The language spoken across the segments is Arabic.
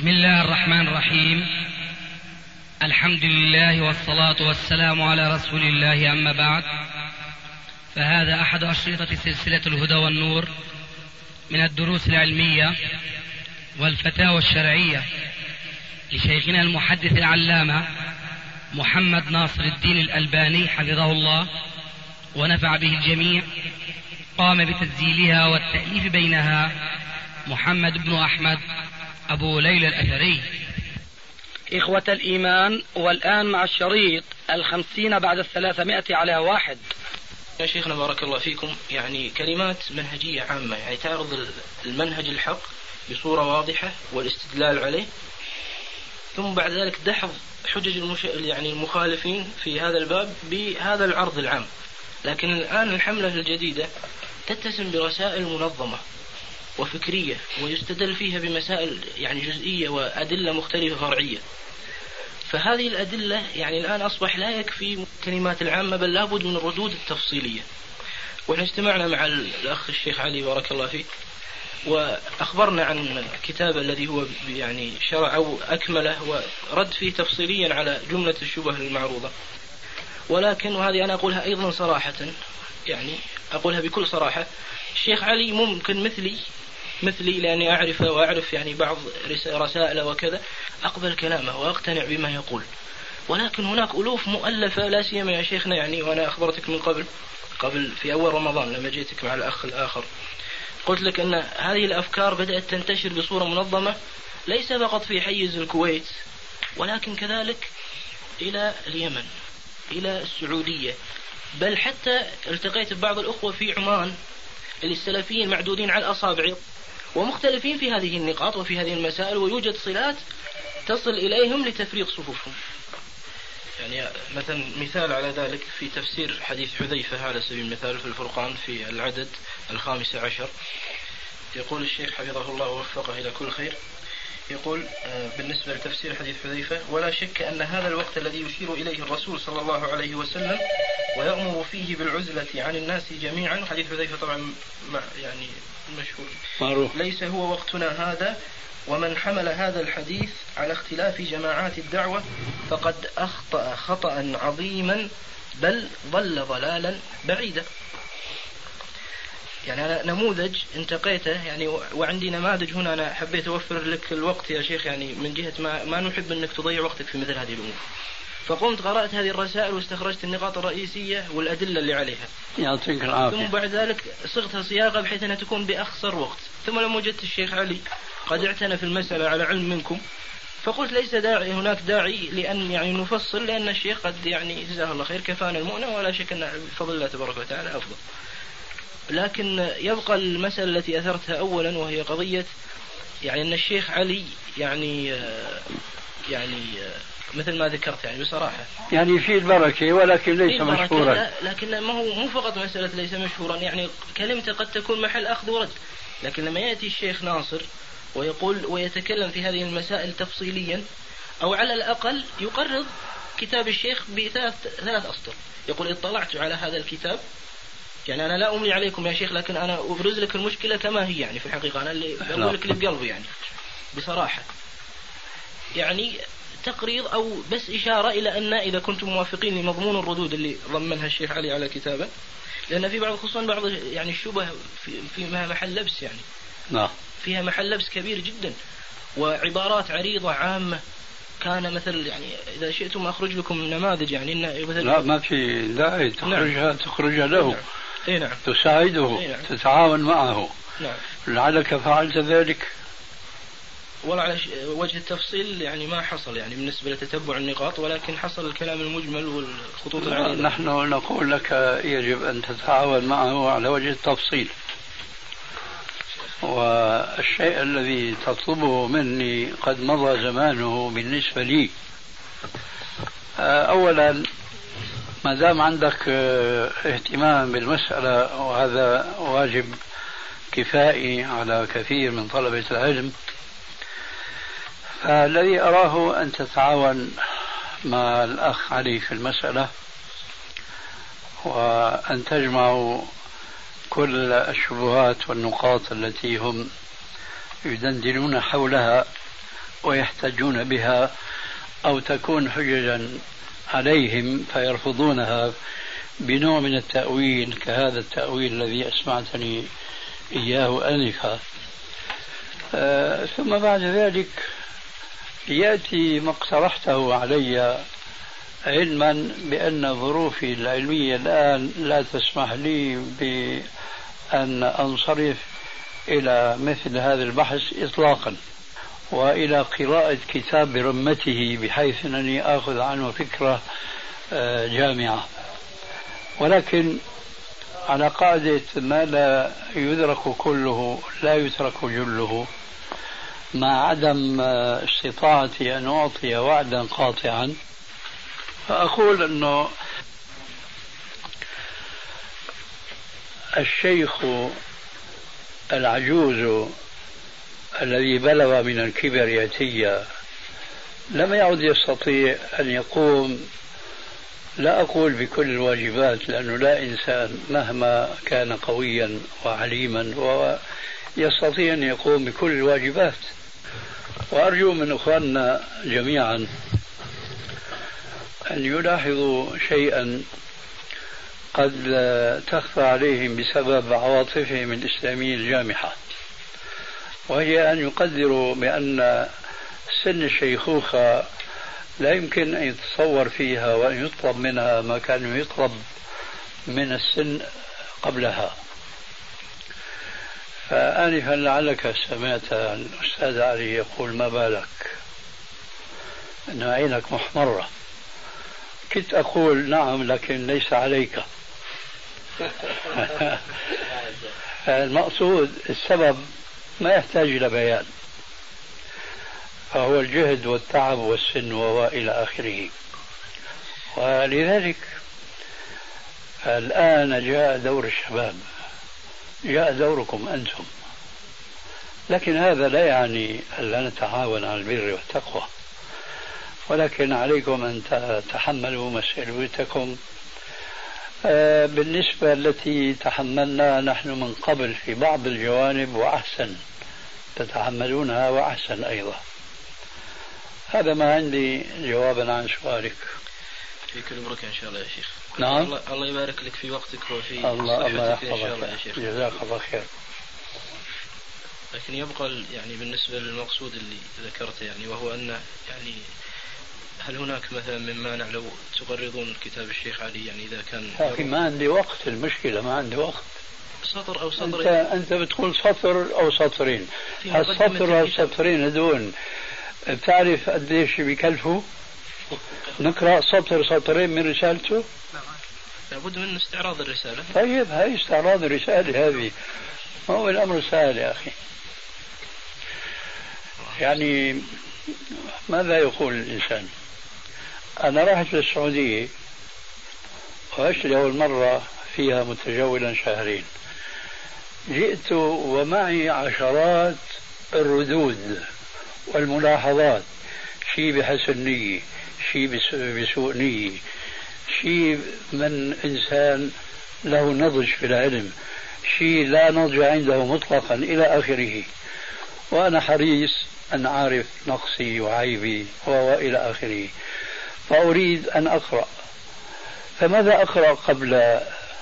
بسم الله الرحمن الرحيم. الحمد لله والصلاة والسلام على رسول الله، أما بعد، فهذا أحد أشرطة سلسلة الهدى والنور من الدروس العلمية والفتاوى الشرعية لشيخنا المحدث العلامة محمد ناصر الدين الألباني حفظه الله ونفع به الجميع. قام بتسجيلها والتأليف بينها محمد بن أحمد أبو ليلى الأثري. إخوة الإيمان، والآن مع الشريط 50 بعد 300 على 1. يا شيخنا بارك الله فيكم، يعني كلمات منهجية عامة، يعني تعرض المنهج الحق بصورة واضحة والاستدلال عليه، ثم بعد ذلك دحض حجج يعني المخالفين في هذا الباب بهذا العرض العام. لكن الآن الحملة الجديدة تتسم برسائل منظمة وفكرية، ويستدل فيها بمسائل يعني جزئية وأدلة مختلفة فرعية. فهذه الأدلة يعني الآن أصبح لا يكفي كلمات العامة، بل لابد من الردود التفصيلية. ونحن اجتمعنا مع الأخ الشيخ علي بارك الله فيك، وأخبرنا عن كتاب الذي هو يعني شرع أو أكمله ورد فيه تفصيليا على جملة الشبه المعروضة. ولكن وهذه أنا أقولها أيضا صراحة، يعني أقولها بكل صراحة، الشيخ علي ممكن مثلي لأني أعرفه وأعرف يعني بعض رسائله وكذا، أقبل كلامه وأقتنع بما يقول. ولكن هناك ألوف مؤلفة، لا سيما يا شيخنا يعني، وأنا أخبرتك من قبل في أول رمضان لما جيتك مع الأخ الآخر، قلت لك أن هذه الأفكار بدأت تنتشر بصورة منظمة، ليس فقط في حيز الكويت ولكن كذلك إلى اليمن، إلى السعودية، بل حتى التقيت ببعض الأخوة في عمان اللي السلفيين معدودين على الأصابع ومختلفين في هذه النقاط وفي هذه المسائل، ويوجد صلات تصل إليهم لتفريق صفوفهم. يعني مثلا مثال على ذلك في تفسير حديث حذيفة على سبيل المثال في الفرقان في العدد 15، يقول الشيخ حفظه الله ووفقه إلى كل خير، يقول بالنسبة لتفسير حديث حذيفة: ولا شك أن هذا الوقت الذي يشير إليه الرسول صلى الله عليه وسلم ويأمر فيه بالعزلة عن الناس جميعا، حديث حذيفة طبعا يعني مشهور معروف، ليس هو وقتنا هذا، ومن حمل هذا الحديث على اختلاف جماعات الدعوة فقد أخطأ خطأ عظيما، بل ضل ضلالا بعيدا. يعني أنا نموذج انتقيته يعني، وعندي نماذج هنا، أنا حبيت أوفر لك الوقت يا شيخ، يعني من جهة ما نحب أنك تضيع وقتك في مثل هذه الأمور. فقمت قرأت هذه الرسائل واستخرجت النقاط الرئيسية والأدلة اللي عليها، يعطيك العافية. ثم بعد ذلك صغتها صياغة بحيث أنها تكون بأخصر وقت. ثم لما وجدت الشيخ علي قد اعتنى في المسألة على علم منكم، فقلت ليس داعي هناك داعي لأن يعني نفصل، لأن الشيخ قد يعني جزاه الله خير كفانا المؤنة، ولا شك أن بفضل الله تبارك وتعالى أفضل. لكن يبقى المسألة التي أثرتها أولا، وهي قضية يعني أن الشيخ علي يعني مثل ما ذكرت يعني بصراحة يعني في البركة، ولكن ليس مشهورا. لكن ما هو مو فقط مسألة ليس مشهورا، يعني كلمته قد تكون محل أخذ ورد. لكن لما يأتي الشيخ ناصر ويقول ويتكلم في هذه المسائل تفصيليا، أو على الأقل يقرض كتاب الشيخ بثلاث أسطر، يقول اطلعت على هذا الكتاب، يعني أنا لا أملي عليكم يا شيخ، لكن أنا أبرز لك المشكلة كما هي، يعني في الحقيقة أنا اللي أقول لك اللي بقلبي يعني بصراحة، يعني تقرير أو بس إشارة إلى أن إذا كنتم موافقين لمضمون الردود اللي ضمنها الشيخ علي على كتابه، لأن في بعض خصوصا بعض يعني الشبه في محل لبس، يعني فيها محل لبس كبير جدا، وعبارات عريضة عامة كان مثل يعني إذا شئتم أخرج لكم نماذج يعني لا ما في داعي تخرجها له. نعم. تساعده. نعم. تتعاون معه. نعم. لعلك فعلت ذلك. ولا على وجه التفصيل يعني ما حصل يعني بالنسبة لتتبع النقاط، ولكن حصل الكلام المجمل والخطوط العريضة. نحن نقول لك يجب أن تتعاون معه على وجه التفصيل، والشيء الذي تطلبه مني قد مضى زمانه بالنسبة لي. أولا ما دام عندك اهتمام بالمسألة، وهذا واجب كفائي على كثير من طلبة العلم، فالذي أراه أن تتعاون مع الأخ علي في المسألة، وأن تجمعوا كل الشبهات والنقاط التي هم يدندنون حولها ويحتجون بها أو تكون حججا عليهم فيرفضونها بنوع من التأويل كهذا التأويل الذي أسمعتني إياه آنفا. ثم بعد ذلك يأتي ما اقترحته علي، علما بأن ظروفي العلمية الآن لا تسمح لي بأن أنصرف إلى مثل هذا البحث إطلاقا، وإلى قراءة كتاب برمته بحيث أنني آخذ عنه فكرة جامعة. ولكن على قاعدة ما لا يدرك كله لا يترك جله، مع عدم استطاعتي أن أعطي وعدا قاطعا، فأقول أنه الشيخ العجوز الذي بلغ من الكبر يتيا لم يعد يستطيع أن يقوم، لا أقول بكل الواجبات لأنه لا إنسان مهما كان قويا وعليما ويستطيع أن يقوم بكل الواجبات. وأرجو من أخواننا جميعا أن يلاحظوا شيئا قد تخفى عليهم بسبب عواطفهم الإسلامية الجامحة، وهي أن يقدروا بأن سن الشيخوخة لا يمكن أن يتصور فيها وأن يطلب منها ما كان يطلب من السن قبلها. فآنفا لعلك سمعت الأستاذ علي يقول ما بالك أن عينك محمرة، كنت أقول نعم لكن ليس عليك. المقصود السبب ما يحتاج إلى بيان، فهو الجهد والتعب والسن وإلى آخره. ولذلك الآن جاء دور الشباب، جاء دوركم أنتم، لكن هذا لا يعني أن لا نتعاون على البر والتقوى، ولكن عليكم أن تتحملوا مسؤوليتكم بالنسبة التي تحملنا نحن من قبل في بعض الجوانب، وأحسن تتحملونها وأحسن أيضا. هذا ما عندي جوابا عن سؤالك. في كل بركة إن شاء الله يا شيخ. نعم. الله يبارك لك في وقتك وفي الله صحتك إن شاء الله يا شيخ. جزاك الله خير. لكن يبقى يعني بالنسبة للمقصود اللي ذكرته يعني، وهو أن يعني هل هناك مثلا من مانع لو تقرضون كتاب الشيخ علي يعني إذا كان لكن ما عندي وقت، المشكلة ما عندي وقت. سطر أو سطرين. أنت بتقول سطر أو سطرين، هالسطر والسطرين هذول بتعرف قديش بيكلفوا؟ نقرأ سطر سطرين من رسالته؟ لابد من استعراض الرسالة. طيب هاي استعراض الرسالة هذه، ما هو الأمر سهل يا أخي. يعني ماذا يقول الإنسان؟ أنا رحت للسعودية وعشت لأول مرة فيها متجولا شهرين، جئت ومعي عشرات الردود والملاحظات، شيء بحسن نية، شيء بسوء نية، شيء من إنسان له نضج في العلم، شيء لا نضج عنده مطلقا إلى آخره. وأنا حريص أن أعرف نقصي وعيبي وإلى آخره، فأريد أن أقرأ. فماذا أقرأ قبل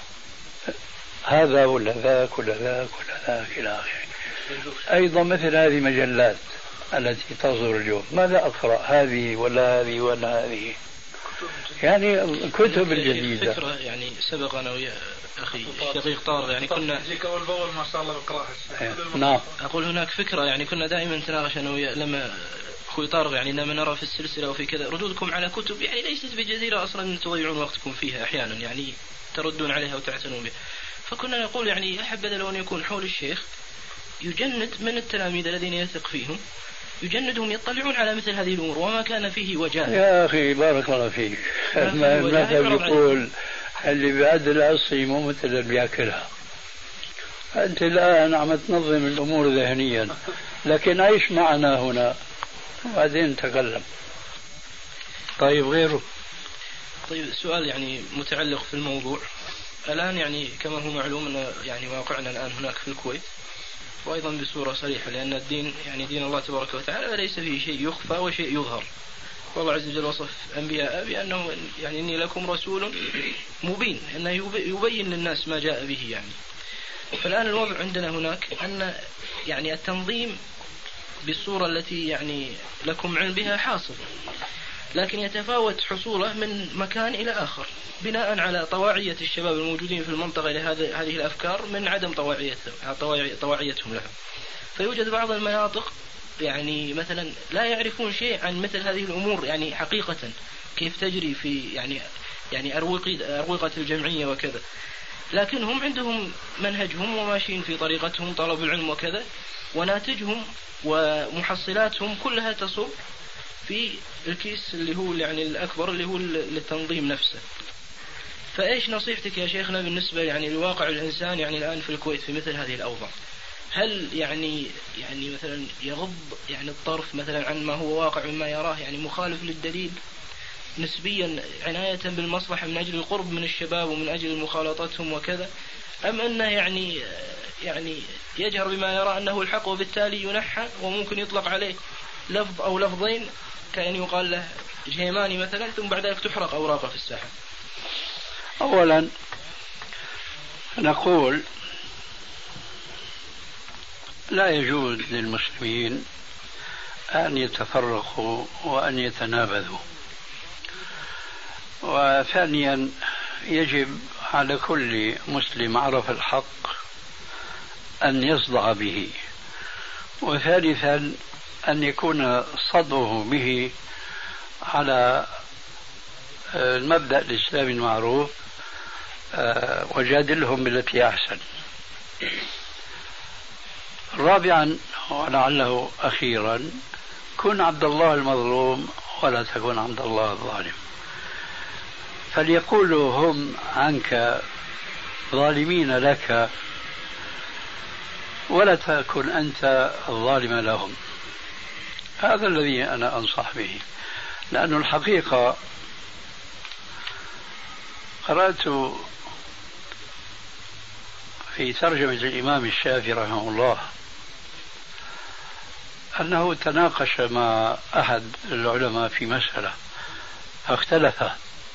هذا ولا ذاك ولا ذاك ولا ذاك إلى آخره؟ أيضا مثل هذه المجلات التي تصدر اليوم، ماذا أقرأ؟ هذه ولا هذه ولا هذه؟ يعني الكتب الجديدة. فكرة يعني سبق أنا ويا أخي الشقيق طارق يعني كنا أول بأول ما شاء الله بقراءة. نعم. أقول هناك فكرة يعني كنا دائما نتناقش أنا ويا لما أخوي طارق يعني لما نرى في السلسلة وفي كذا ردودكم على كتب يعني ليست بجديرة أصلا أن تضيعون وقتكم فيها أحيانا، يعني تردون عليها وتعتنون بها. فكنا نقول يعني أحبذ لو أن يكون حول الشيخ يجند من التلاميذ الذين يثق فيهم، يجندهم يطلعون على مثل هذه الأمور وما كان فيه وجاهة. يا أخي بارك الله فيك. المثل يقول اللي بيعد العصي مو مثل اللي بياكلها. أنت الآن عم تنظم الأمور ذهنيا، لكن عيش معنا هنا وبعدين نتكلم. طيب غيره. طيب سؤال يعني متعلق في الموضوع الآن، يعني كما هو معلوم أن يعني واقعنا الآن هناك في الكويت وأيضا بصورة صريحة، لأن الدين يعني دين الله تبارك وتعالى ليس فيه شيء يخفى وشيء يظهر. والله عز وجل وصف أنبياء بأنه يعني إني لكم رسول مبين، أنه يبين للناس ما جاء به يعني. فالآن الوضع عندنا هناك أن يعني التنظيم بالصورة التي يعني لكم علم بها حاصل، لكن يتفاوت حصوله من مكان إلى آخر بناء على طواعية الشباب الموجودين في المنطقة لهذه الأفكار من عدم طواعيتهم لها. فيوجد بعض المناطق يعني مثلا لا يعرفون شيء عن مثل هذه الأمور يعني حقيقة كيف تجري في يعني أروقة الجمعية وكذا، لكن هم عندهم منهجهم وماشيين في طريقتهم طلب العلم وكذا، وناتجهم ومحصلاتهم كلها تصب في الكيس اللي هو يعني الأكبر اللي هو للتنظيم نفسه. فإيش نصيحتك يا شيخنا بالنسبة يعني لواقع الإنسان يعني الآن في الكويت في مثل هذه الأوضاع؟ هل يعني مثلا يغض يعني الطرف مثلا عن ما هو واقع مما يراه يعني مخالف للدليل نسبيا عناية بالمصلحة من أجل القرب من الشباب ومن أجل مخالطتهم وكذا، أم أنه يعني يجهر بما يرى أنه الحق وبالتالي ينحى وممكن يطلق عليه لفظ أو لفظين كأن يقال له جيماني مثلا ثم بعد ذلك تحرق أوراقه في الساحة؟ أولا نقول لا يجوز للمسلمين أن يتفرقوا وأن يتنابذوا. وثانيا يجب على كل مسلم عرف الحق أن يصدع به. وثالثا أن يكون صدعه به على المبدأ الإسلامي المعروف، وجادلهم بالتي أحسن. رابعا ولعله أخيرا كن عبد الله المظلوم ولا تكن عبد الله الظالم. فليقولوا هم عنك ظالمين لك ولا تكن أنت الظالم لهم. هذا الذي أنا أنصح به، لأن الحقيقة قرأت في ترجمة الإمام الشافعي رحمه الله أنه تناقش مع أحد العلماء في مسألة فاختلف،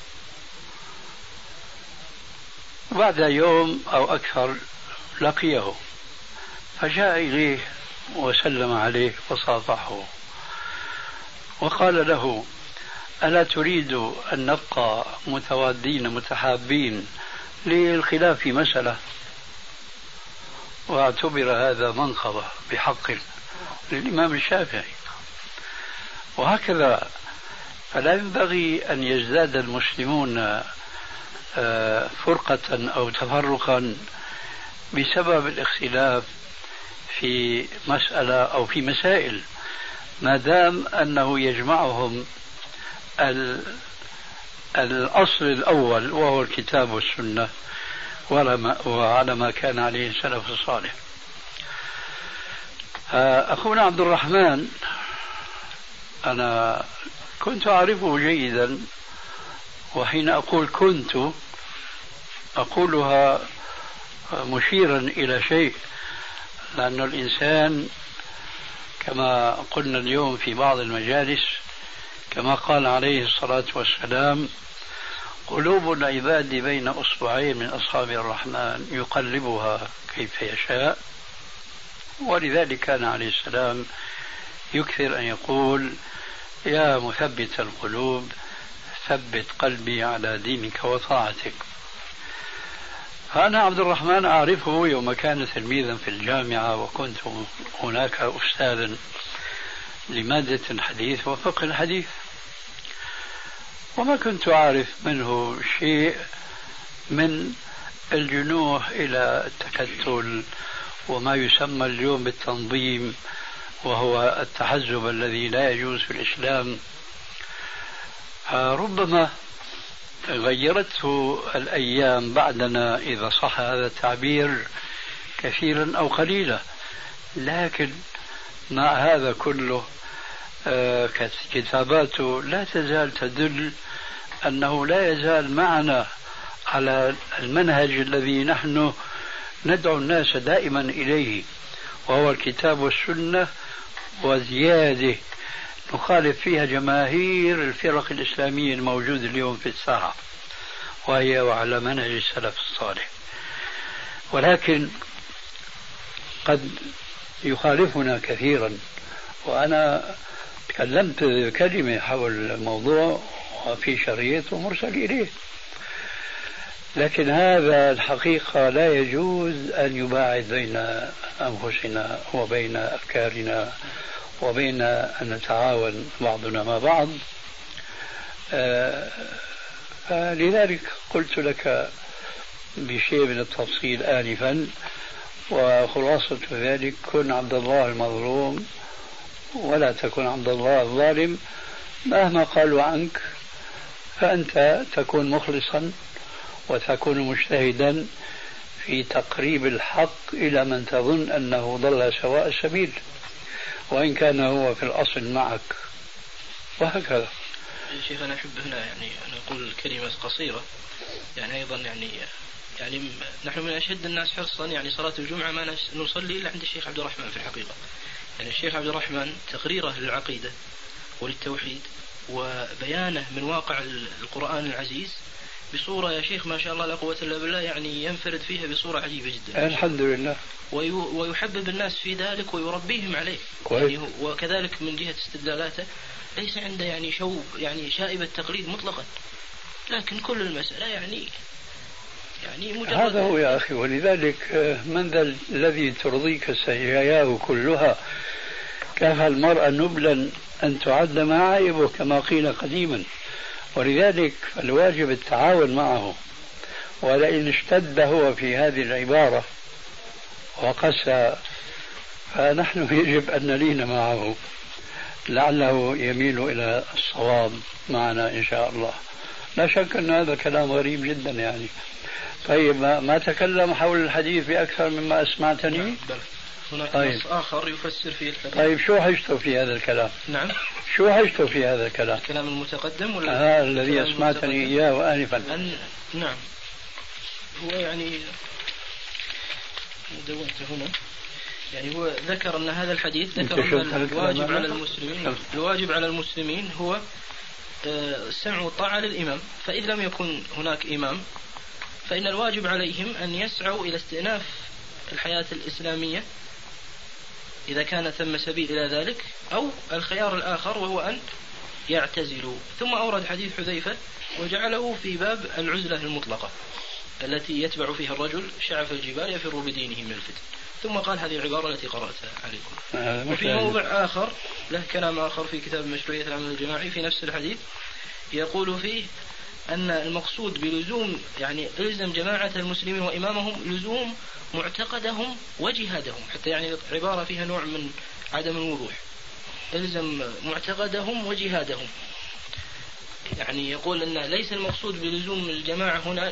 وبعد يوم أو أكثر لقيه فجاء إليه وسلم عليه وصافحه وقال له: ألا تريد أن نبقى متوادين متحابين للخلاف في مسألة؟ واعتبر هذا منقبة بحق للإمام الشافعي. وهكذا فلا ينبغي أن يزداد المسلمون فرقة أو تفرقا بسبب الاختلاف في مسألة أو في مسائل، ما دام أنه يجمعهم الأصل الأول وهو الكتاب والسنة وعلى ما كان عليه السلف الصالح. أخونا عبد الرحمن أنا كنت أعرفه جيدا، وحين أقول كنت أقولها مشيرا إلى شيء، لأن الإنسان كما قلنا اليوم في بعض المجالس كما قال عليه الصلاة والسلام: قلوب العباد بين أصبعين من أصابع الرحمن يقلبها كيف يشاء. ولذلك كان عليه السلام يكثر أن يقول: يا مثبت القلوب ثبت قلبي على دينك وطاعتك. فأنا عبد الرحمن أعرفه يوم كان تلميذا في الجامعة، وكنت هناك أستاذا لمادة الحديث وفقه الحديث، وما كنت أعرف منه شيء من الجنوح إلى التكتل وما يسمى اليوم بالتنظيم، وهو التحزب الذي لا يجوز في الإسلام. ربما غيرته الأيام بعدنا إذا صح هذا التعبير كثيرا أو قليلا، لكن مع هذا كله كتاباته لا تزال تدل أنه لا يزال معنا على المنهج الذي نحن ندعو الناس دائما إليه، وهو الكتاب والسنة وزيادة نخالف فيها جماهير الفرق الإسلامية الموجودة اليوم في الساحة، وهي وعلى منهج السلف الصالح. ولكن قد يخالفنا كثيرا، وأنا تكلمت كلمة حول الموضوع وفي شريط ومرسل إليه، لكن هذا الحقيقة لا يجوز أن يباعد بين أنفسنا وبين أفكارنا وبين أن نتعاون بعضنا مع بعض. فلذلك قلت لك بشيء من التفصيل آنفا، وخلاصة ذلك: كن عبد الله المظلوم ولا تكن عبد الله الظالم. مهما قالوا عنك فأنت تكون مخلصا وتكون مجتهدا في تقريب الحق إلى من تظن أنه ضل سواء السبيل، وإن كان هو في الأصل معك، وهكذا. يا شيخ أنا أحب هنا يعني أن أقول كلمة قصيرة، يعني أيضا يعني نحن من أشد الناس حرصا يعني صلاة الجمعة ما نصلي إلا عند الشيخ عبد الرحمن في الحقيقة. يعني الشيخ عبد الرحمن تقريره للعقيدة وللتوحيد وبيانه من واقع القرآن العزيز بصورة يا شيخ ما شاء الله لا قوة إلا بالله، يعني ينفرد فيها بصورة عجيبة جدا الحمد لله، ويحبب الناس في ذلك ويربيهم عليه يعني. وكذلك من جهة استدلالاته ليس عنده يعني شوب يعني شائبة تقليد مطلقا، لكن كل المسألة يعني مجرد هذا هو يا أخي. ولذلك من ذا الذي ترضيك سجاياه كلها؟ كفى المرء نبلا أن تعد معايبه كما قيل قديما. ولذلك الواجب التعاون معه، ولئن اشتد هو في هذه العبارة وقسى فنحن يجب أن نلين معه لعله يميل إلى الصواب معنا إن شاء الله. لا شك أن هذا كلام غريب جدا يعني. طيب ما تكلم حول الحديث بأكثر مما أسمعتني؟ هناك نص آخر يفسر فيه الحديث. طيب شو حجته في هذا الكلام؟ نعم، شو حجته في هذا الكلام؟ الكلام المتقدم ولا الذي أسمعتني إياه آنفا؟ نعم، هو يعني دونت هنا، يعني هو ذكر أن هذا الحديث ذكر أن الواجب على المسلمين هو سمع والطاعة للإمام، فإذ لم يكن هناك إمام فإن الواجب عليهم أن يسعوا إلى استئناف الحياة الإسلامية إذا كان ثم سبيل إلى ذلك، أو الخيار الآخر وهو أن يعتزلوا. ثم أورد حديث حذيفة وجعله في باب العزلة المطلقة التي يتبع فيها الرجل شعف الجبال يفر بدينه من الفتن، ثم قال هذه العبارة التي قرأتها عليكم. وفي موضع آخر له كلام آخر في كتاب مشروعية العمل الجماعي في نفس الحديث يقول فيه أن المقصود بلزوم يعني إلزم جماعة المسلمين وإمامهم لزوم معتقدهم وجهادهم، حتى يعني عبارة فيها نوع من عدم الوضوح، إلزم معتقدهم وجهادهم. يعني يقول أن ليس المقصود بلزوم الجماعة هنا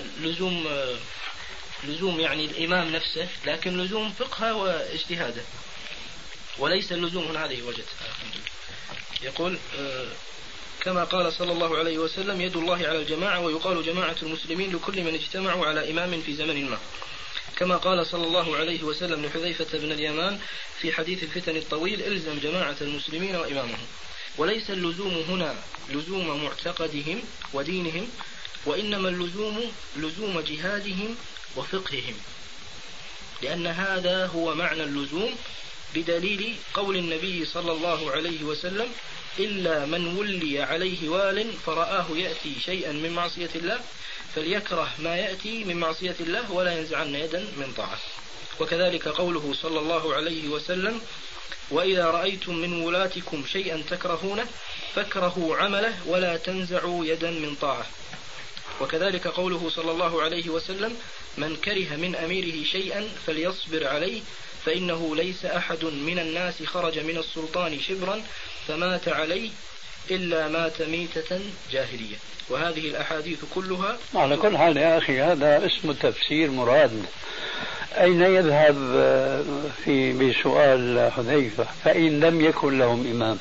لزوم يعني الإمام نفسه، لكن لزوم فقهه واجتهاده، وليس اللزوم هنا هذه وجهة. يقول كما قال صلى الله عليه وسلم يد الله على الجماعة، ويقال جماعة المسلمين لكل من اجتمعوا على إمام في زمن ما، كما قال صلى الله عليه وسلم لحذيفة بن اليمان في حديث الفتن الطويل إلزم جماعة المسلمين وإمامهم. وليس اللزوم هنا لزوم معتقدهم ودينهم، وإنما اللزوم لزوم جهادهم وفقههم، لأن هذا هو معنى اللزوم بدليل قول النبي صلى الله عليه وسلم إلا من ولي عليه وال فرآه يأتي شيئا من معصية الله فليكره ما يأتي من معصية الله ولا ينزعن يدا من طاعة. وكذلك قوله صلى الله عليه وسلم وإذا رأيتم من ولاتكم شيئا تكرهونه فاكرهوا عمله ولا تنزعوا يدا من طاعة. وكذلك قوله صلى الله عليه وسلم من كره من أميره شيئا فليصبر عليه فإنه ليس أحد من الناس خرج من السلطان شبرا فمات عليه إلا مات ميتة جاهلية. وهذه الأحاديث كلها على كل حال يا أخي هذا اسمه تفسير مراد. أين يذهب في بسؤال حذيفة فإن لم يكن لهم إمام؟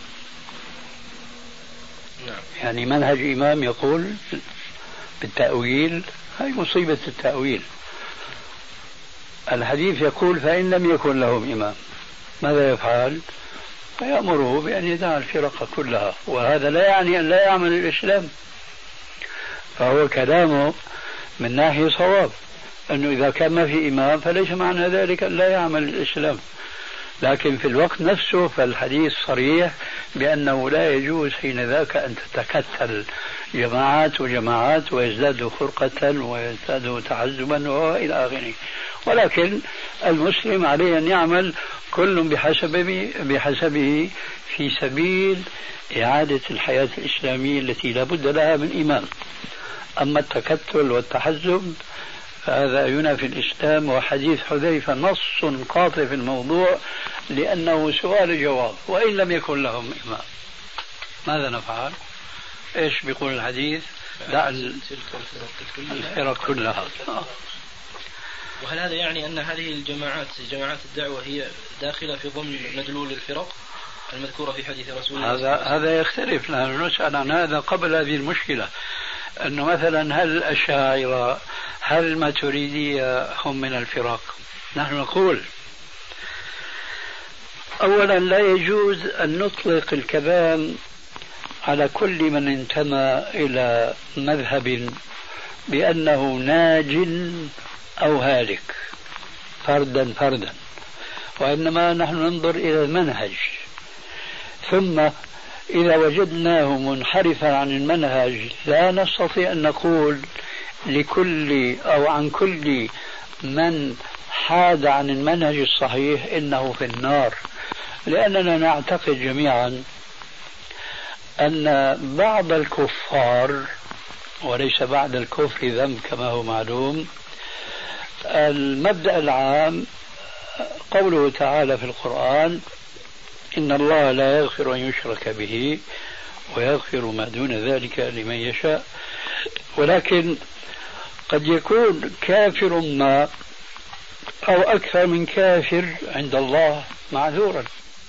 نعم. يعني منهج إمام يقول بالتأويل، هاي مصيبة التأويل. الحديث يقول فإن لم يكن لهم إمام، ماذا يفعل؟ فيأمره بأن يدع الفرق كلها، وهذا لا يعني أن لا يعمل الإسلام، فهو كلامه من ناحية صواب، أنه إذا كان ما في إمام فليس معنى ذلك أن لا يعمل الإسلام، لكن في الوقت نفسه فالحديث صريح بأنه لا يجوز حين ذاك أن تتكتل جماعات وجماعات ويزداد فرقة ويزداد تعزبا وإلى آخره. ولكن المسلم عليه أن يعمل كل بحسبه في سبيل إعادة الحياة الإسلامية التي لا بد لها من إمام. أما التكتل والتحزب فهذا ينافي الإسلام، وحديث حذيفة نص قاطع في الموضوع لأنه سؤال جواب وإن لم يكن لهم إمام. ماذا نفعل؟ إيش بيقول الحديث؟ دع الفرق كلها. وهل هذا يعني أن هذه الجماعات جماعات الدعوة هي داخلة في ضمن مدلول الفرق المذكورة في حديث رسول الله؟ هذا يختلف، نحن نسأل عن هذا قبل هذه المشكلة، أنه مثلا هل الأشاعرة هل الماتريدية هم من الفرق؟ نحن نقول أولا لا يجوز أن نطلق الكلام على كل من انتمى إلى مذهب بأنه ناج أو هالك فردا فردا، وإنما نحن ننظر إلى المنهج، ثم إذا وجدناه منحرفا عن المنهج لا نستطيع أن نقول لكل أو عن كل من حاد عن المنهج الصحيح إنه في النار، لأننا نعتقد جميعا أن بعض الكفار، وليس بعد الكفر ذنب كما هو معلوم، المبدأ العام قوله تعالى في القرآن إن الله لا يغفر أن يشرك به ويغفر ما دون ذلك لمن يشاء، ولكن قد يكون كافر ما أو أكثر من كافر عند الله معذورا،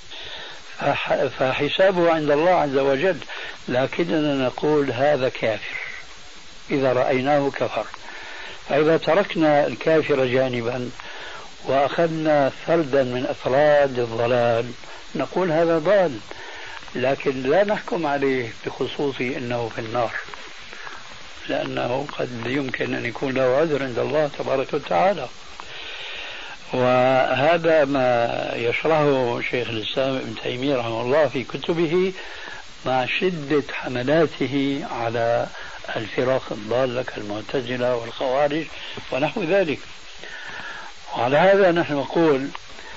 فحسابه عند الله عز وجل، لكننا نقول هذا كافر إذا رأيناه كفر. فإذا تركنا الكافر جانبا وأخذنا فردا من أفراد الضلال نقول هذا ضال، لكن لا نحكم عليه بخصوص أنه في النار، لأنه قد يمكن أن يكون له عذر عند الله تبارك وتعالى. وهذا ما يشرحه شيخ الإسلام ابن تيمية رحمه الله في كتبه مع شدة حملاته على الفرق الضالة كالمعتزلة والخوارج ونحو ذلك. وعلى هذا نحن نقول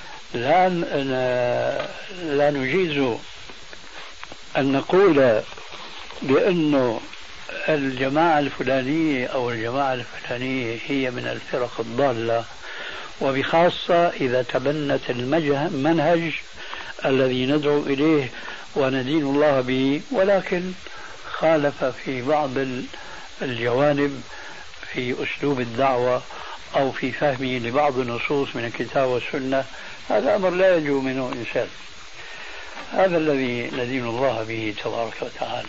لا نجيز أن نقول بأنه الجماعة الفلانية أو الجماعة الفلانية هي من الفرق الضالة، وبخاصة إذا تبنت المنهج الذي ندعو إليه وندين الله به، ولكن خالف في بعض الجوانب في أسلوب الدعوة أو في فهمه لبعض النصوص من الكتاب والسنة، هذا أمر لا ينجو منه إنسان. هذا الذي ندين الله به تبارك وتعالى.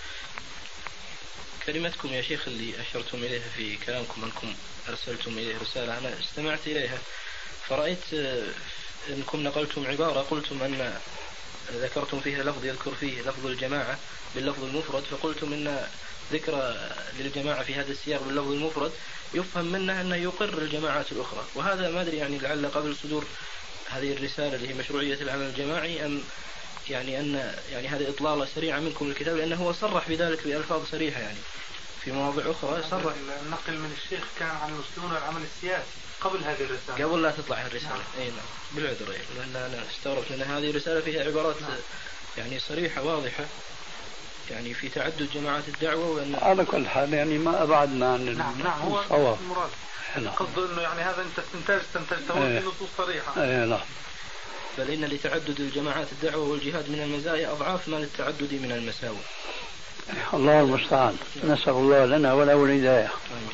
كلمتكم يا شيخ اللي أشرتم إليها في كلامكم أنكم أرسلتم إليه رسالة، أنا استمعت إليها فرأيت أنكم نقلتم عبارة قلتم أن ذكرتم فيها لفظ يذكر فيه لفظ الجماعة باللفظ المفرد، فقلتم أن ذكر للجماعة في هذا السياق باللفظ المفرد يفهم منه أنه يقر الجماعات الأخرى، وهذا ما أدري يعني لعل قبل صدور هذه الرسالة اللي هي مشروعية العمل الجماعي أم يعني أن يعني هذه إطلالة سريعة منكم للكتاب، لأنه هو صرح بذلك بألفاظ صريحة يعني في مواضع أخرى صرح. النقل من الشيخ كان عن المسلمون والعمل السياسي قبل هذه الرسالة، قبل لا تطلع الرسالة. نعم. أي نعم بالعذر، لأن أنا استغربت أن هذه الرسالة فيها عبارات يعني صريحة واضحة يعني في تعدد جماعات الدعوة، وأن على كل حال يعني ما أبعدنا عن نعم هو الصواب. قصده أنه يعني هذا أنت استنتجته في نصوص صريحة. نعم. بل إن لتعدد الجماعات الدعوة والجهاد من المزايا أضعاف ما للتعدد من المساوئ. الله المستعان، نسأل الله لنا وله الهداية.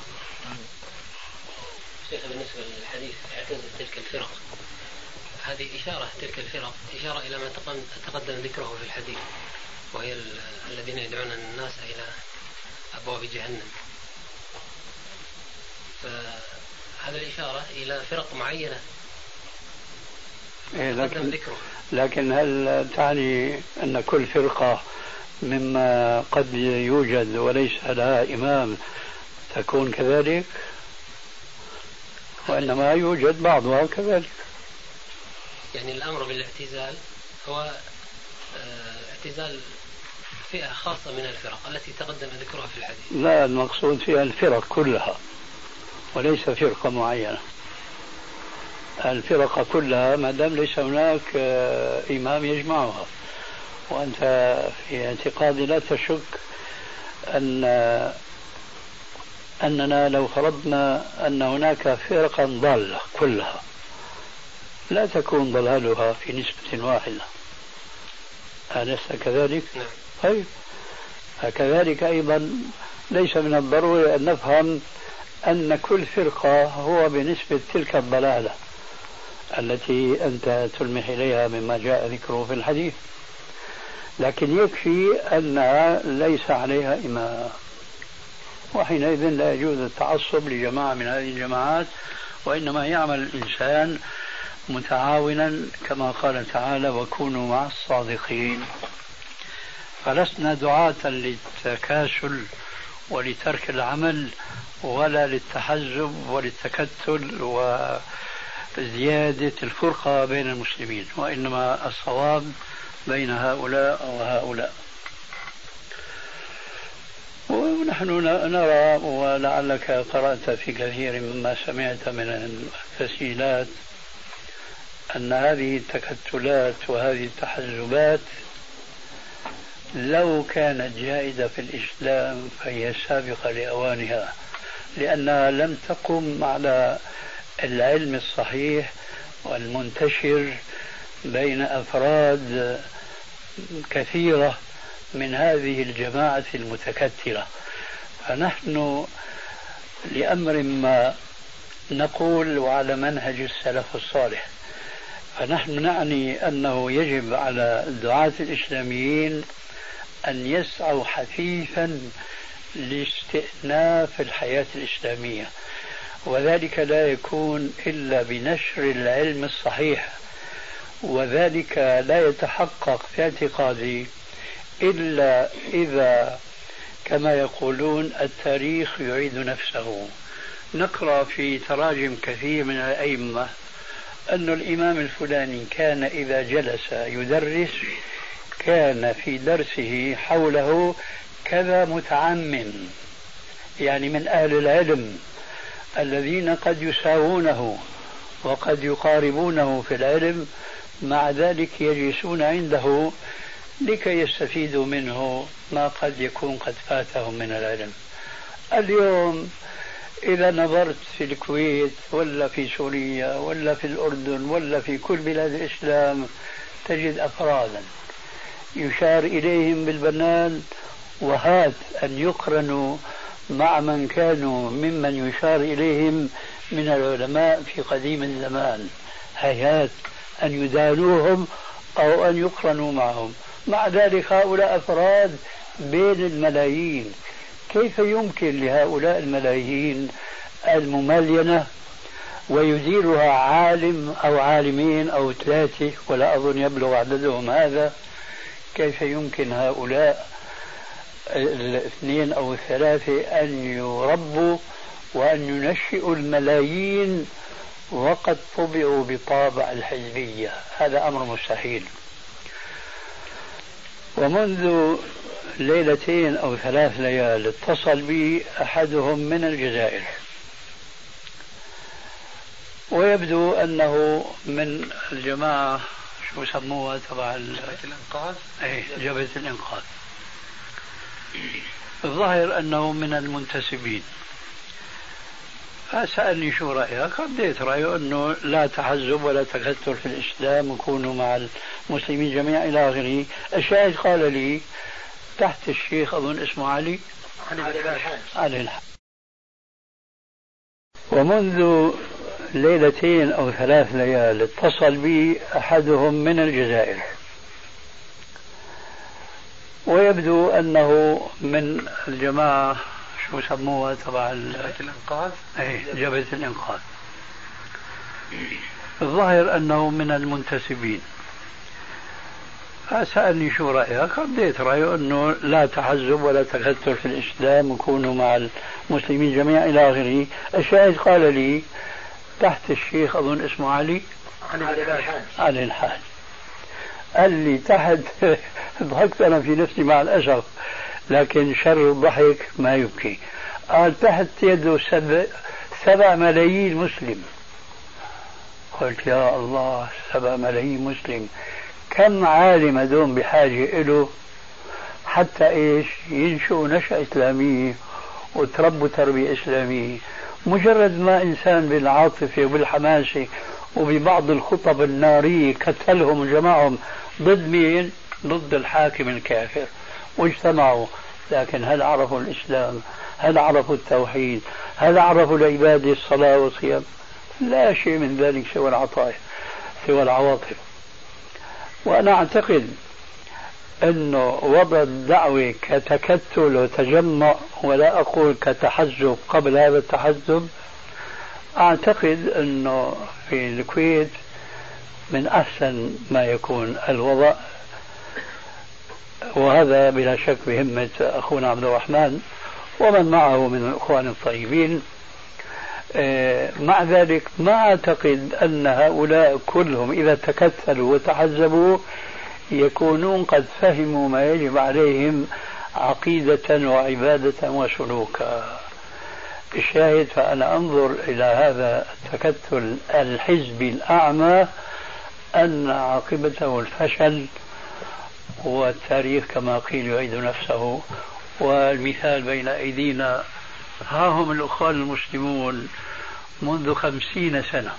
شيخ بالنسبة للحديث اعتزل تلك الفرق، هذه إشارة تلك الفرق إشارة إلى ما تقدم ذكره في الحديث، وهي الذين يدعون الناس إلى أبواب جهنم، فهذا الإشارة إلى فرق معينة تقدم ذكره. لكن هل تعني أن كل فرقة مما قد يوجد وليس لها إمام تكون كذلك، وإنما يوجد بعضها كذلك؟ يعني الأمر بالاعتزال هو اعتزال فئة خاصة من الفرق التي تقدم ذكرها في الحديث. لا، المقصود فيها الفرق كلها وليس فرقة معينة. الفرق كلها ما دام ليس هناك إمام يجمعها. وأنت في اعتقادي لا تشك أننا لو فرضنا أن هناك فرقا ضالة كلها لا تكون ضلالها في نسبة واحدة. أليس كذلك؟ نعم. طيب، كذلك أيضا ليس من الضروري أن نفهم أن كل فرقة هو بنسبة تلك الضلالة التي أنت تلمح إليها مما جاء ذكره في الحديث، لكن يكفي أنها ليس عليها إمام، وحينئذ لا يجوز التعصب لجماعة من هذه الجماعات، وإنما يعمل الإنسان متعاونا كما قال تعالى: وكونوا مع الصادقين. فلسنا دعاة للتكاسل ولترك العمل ولا للتحزب وللتكتل وزيادة الفرقة بين المسلمين، وإنما الصواب بين هؤلاء وهؤلاء. ونحن نرى، ولعلك قرأت في كثير مما سمعت من التسجيلات، أن هذه التكتلات وهذه التحزبات لو كانت جائزة في الإسلام فهي سابقة لأوانها، لأنها لم تقم على العلم الصحيح والمنتشر بين أفراد كثيرة من هذه الجماعة المتكتلة. فنحن لأمر ما نقول وعلى منهج السلف الصالح، فنحن نعني أنه يجب على الدعاة الإسلاميين أن يسعوا حثيثا لاستئناف الحياة الإسلامية، وذلك لا يكون إلا بنشر العلم الصحيح، وذلك لا يتحقق في اعتقادي إلا إذا كما يقولون التاريخ يعيد نفسه. نقرأ في تراجم كثير من الأئمة أن الإمام الفلاني كان إذا جلس يدرس كان في درسه حوله كذا متعمم، يعني من أهل العلم الذين قد يساوونه وقد يقاربونه في العلم، مع ذلك يجلسون عنده لكي يستفيدوا منه ما قد يكون قد فاتهم من العلم. اليوم إذا نظرت في الكويت ولا في سوريا ولا في الأردن ولا في كل بلاد الإسلام تجد أفرادا يشار إليهم بالبنان، وهات أن يقرنوا مع من كانوا ممن يشار إليهم من العلماء في قديم الزمان، هيهات أن يدانوهم أو أن يقرنوا معهم. مع ذلك هؤلاء أفراد بين الملايين، كيف يمكن لهؤلاء الملايين المملينة ويديرها عالم أو عالمين أو ثلاثة ولا أظن يبلغ عددهم هذا، كيف يمكن هؤلاء الاثنين أو الثلاثة أن يربوا وأن ينشئوا الملايين وقد طبعوا بطابع الحزبية؟ هذا أمر مستحيل. ومنذ ليلتين أو 3 ليال اتصل بي أحدهم من الجزائر، ويبدو أنه من الجماعة شو سموها تبع جبهة الإنقاذ. جبهة الإنقاذ. الظاهر أنه من المنتسبين. فسألني شو رأيك؟ رديت رأيه أنه لا تحزب ولا تكتل في الإسلام، وكونوا مع المسلمين جميعا إلى آخره. الشاهد قال لي تحت الشيخ أظن اسمه علي الحاج. ومنذ ليلتين أو 3 ليال اتصل بي أحدهم من الجزائر، ويبدو أنه من الجماعة شو سموها تبع جبهة الإنقاذ. جبهة الإنقاذ. الظاهر أنه من المنتسبين. فسألني شو رأيك؟ رديت رأيه أنه لا تحزب ولا تكتل في الإسلام، وكونوا مع المسلمين جميعا إلى آخره. الشاهد قال لي تحت الشيخ أظن اسمه علي الحاج، قال لي تحت ضحكت أنا في نفسي مع الأسف، لكن شر الضحك ما يبكي. قال تحت يده 7 ملايين مسلم. قلت يا الله، 7 ملايين مسلم، كم عالم هذول بحاجة له حتى إيش ينشئوا نشأة إسلامية وتربوا تربية إسلامية. مجرد ما إنسان بالعاطفة وبالحماسة وببعض الخطب النارية كتلهم وجمعهم ضد مين؟ ضد الحاكم الكافر، واجتمعوا. لكن هل عرفوا الإسلام؟ هل عرفوا التوحيد؟ هل عرفوا العبادة الصلاة والصيام؟ لا شيء من ذلك سوى العطايا، سوى العواطف. وأنا أعتقد أنه وضع الدعوة كتكتل وتجمع، ولا أقول كتحزب قبل هذا التحزب، أعتقد أنه في الكويت من أحسن ما يكون الوضع، وهذا بلا شك بهمة أخونا عبد الرحمن ومن معه من الإخوان الطيبين. مع ذلك ما أعتقد أن هؤلاء كلهم إذا تكتلوا وتحزبوا يكونون قد فهموا ما يجب عليهم عقيدة وعبادة وسلوكا. الشاهد فأنا أنظر إلى هذا التكتل الحزبي الأعمى أن عاقبته الفشل، والتاريخ كما قيل يعيد نفسه. والمثال بين أيدينا، ها هم الأخوان المسلمون منذ 50 سنة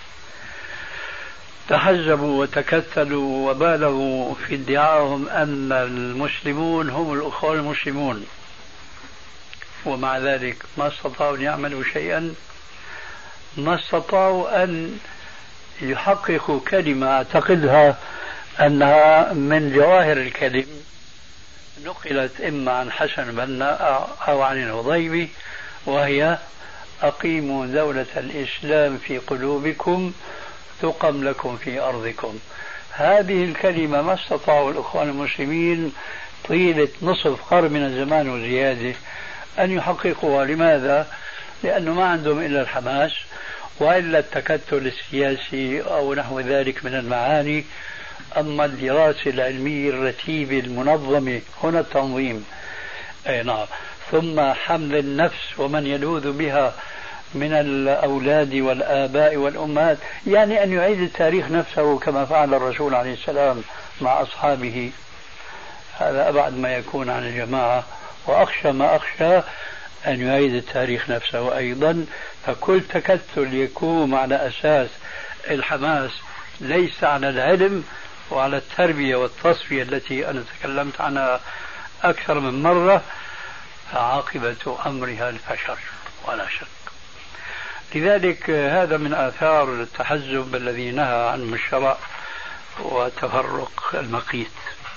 تحزبوا وتكتلوا وبالغوا في ادعائهم أن المسلمون هم الأخوان المسلمون، ومع ذلك ما استطاعوا أن يعملوا شيئا، ما استطاعوا أن يحققوا كلمة أعتقدها أنها من جواهر الكلم، نقلت إما عن حسن البنا أو عن الهضيبي، وهي أقيموا دولة الإسلام في قلوبكم تقم لكم في أرضكم. هذه الكلمة ما استطاعوا الإخوان المسلمين طيلة نصف قرن من الزمان وزيادة أن يحققوها. لماذا؟ لأنه ما عندهم إلا الحماس، وإلا التكتل السياسي أو نحو ذلك من المعاني. أما الدراسة العلمية الرتيبة المنظمة هنا التنظيم، نعم، ثم حمل النفس ومن يلوذ بها من الأولاد والآباء والأمهات، يعني أن يعيد التاريخ نفسه كما فعل الرسول عليه السلام مع أصحابه. هذا أبعد ما يكون عن الجماعة، وأخشى ما أخشى أن يعيد التاريخ نفسه أيضا. فكل تكتل يكون على أساس الحماس ليس على العلم وعلى التربية والتصفية التي أنا تكلمت عنها أكثر من مرة، فعاقبة أمرها الفشل ولا شك. لذلك هذا من آثار التحزب الذي نهى عنه الشرع وتفرق المقيت.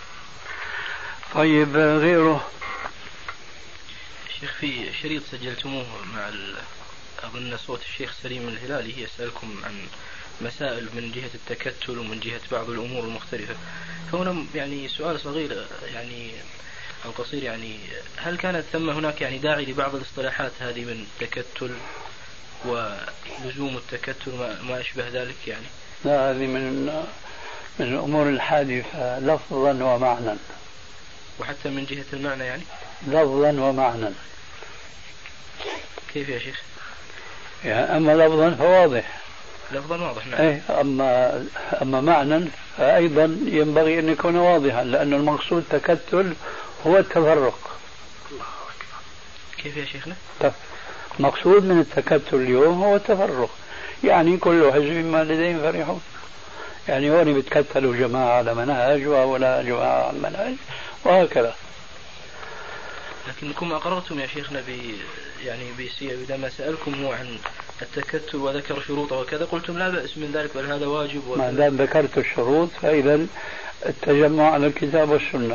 طيب غيره؟ شيخ في شريط سجلتموه مع أظن صوت الشيخ سليم الهلالي يسألكم عن مسائل من جهة التكتل ومن جهة بعض الأمور المختلفة. فهنا يعني سؤال صغير يعني أو قصير، يعني هل كانت ثم هناك يعني داعي لبعض الاصطلاحات هذه من التكتل ولزوم التكتل ما أشبه ذلك يعني؟ لا، هذه من الأمور الحادثة لفظا ومعنى. وحتى من جهة المعنى يعني؟ لفظا ومعنى. كيف يا شيخ؟ يعني أما لفظا فواضح، لفظا واضح نعم. أي أما معنى فأيضا ينبغي أن يكون واضحا، لأن المقصود تكتل هو التفرق. كيف يا شيخنا؟ مقصود من التكتل اليوم هو التفرق، يعني كل حزب ما لديهم فرحون. يعني هون بيتكتلوا جماعة على منهج ولا جماعة على منهج وهكذا. لكنكم أقررتم يا شيخنا يعني عندما سألكم هو عن التكتل وذكر شروطه وكذا قلتم لا بأس من ذلك بل هذا واجب. ما دام ذكرت الشروط فإذا التجمع على الكتاب والسنة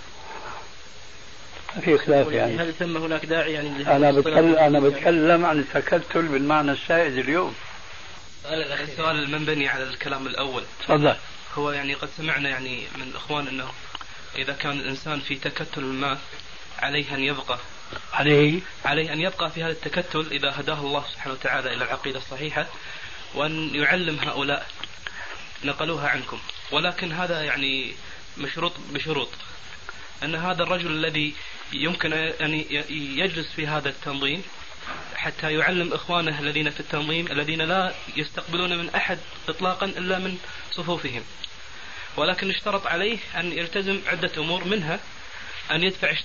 في خلاف. يعني هل ثم هناك داعي يعني أنا بتكلم عن التكتل بالمعنى السائد اليوم. السؤال المنبني على الكلام الأول. تفضل. هو يعني قد سمعنا يعني من الإخوان أنه إذا كان الإنسان في تكتل ما عليه أن يبقى في هذا التكتل إذا هداه الله سبحانه وتعالى إلى العقيدة الصحيحة، وأن يعلم هؤلاء نقلوها عنكم، ولكن هذا يعني مشروط بشروط أن هذا الرجل الذي يمكن أن يجلس في هذا التنظيم حتى يعلم إخوانه الذين في التنظيم الذين لا يستقبلون من أحد إطلاقا إلا من صفوفهم، ولكن اشترط عليه أن يلتزم عدة أمور، منها أن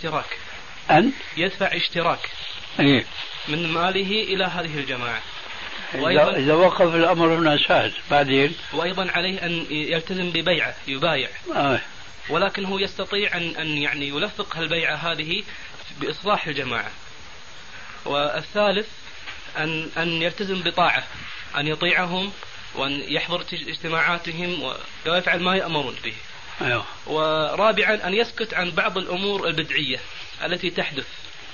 يدفع اشتراك من ماله إلى هذه الجماعة. إذا وقف الأمر هنا سهل. بعدين وأيضا عليه أن يلتزم ببيعة يبايع، ولكن هو يستطيع أن يعني يلفق هالبيعة هذه بإصلاح الجماعة. والثالث أن يلتزم بطاعة، أن يطيعهم وأن يحضر اجتماعاتهم ويفعل ما يأمرون به. ورابعا أن يسكت عن بعض الأمور البدعية التي تحدث.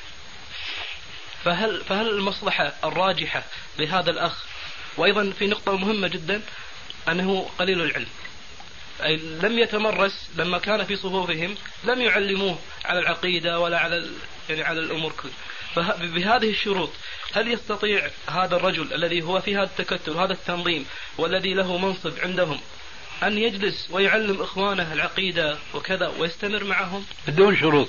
فهل المصلحة الراجحة بهذا الأخ؟ وأيضا في نقطة مهمة جدا أنه قليل العلم، أي لم يتمرس لما كان في صفوفهم، لم يعلموه على العقيدة ولا على الأمور كلها. فبهذه الشروط هل يستطيع هذا الرجل الذي هو في هذا التكتل هذا التنظيم والذي له منصب عندهم أن يجلس ويعلم إخوانه العقيدة وكذا ويستمر معهم بدون شروط؟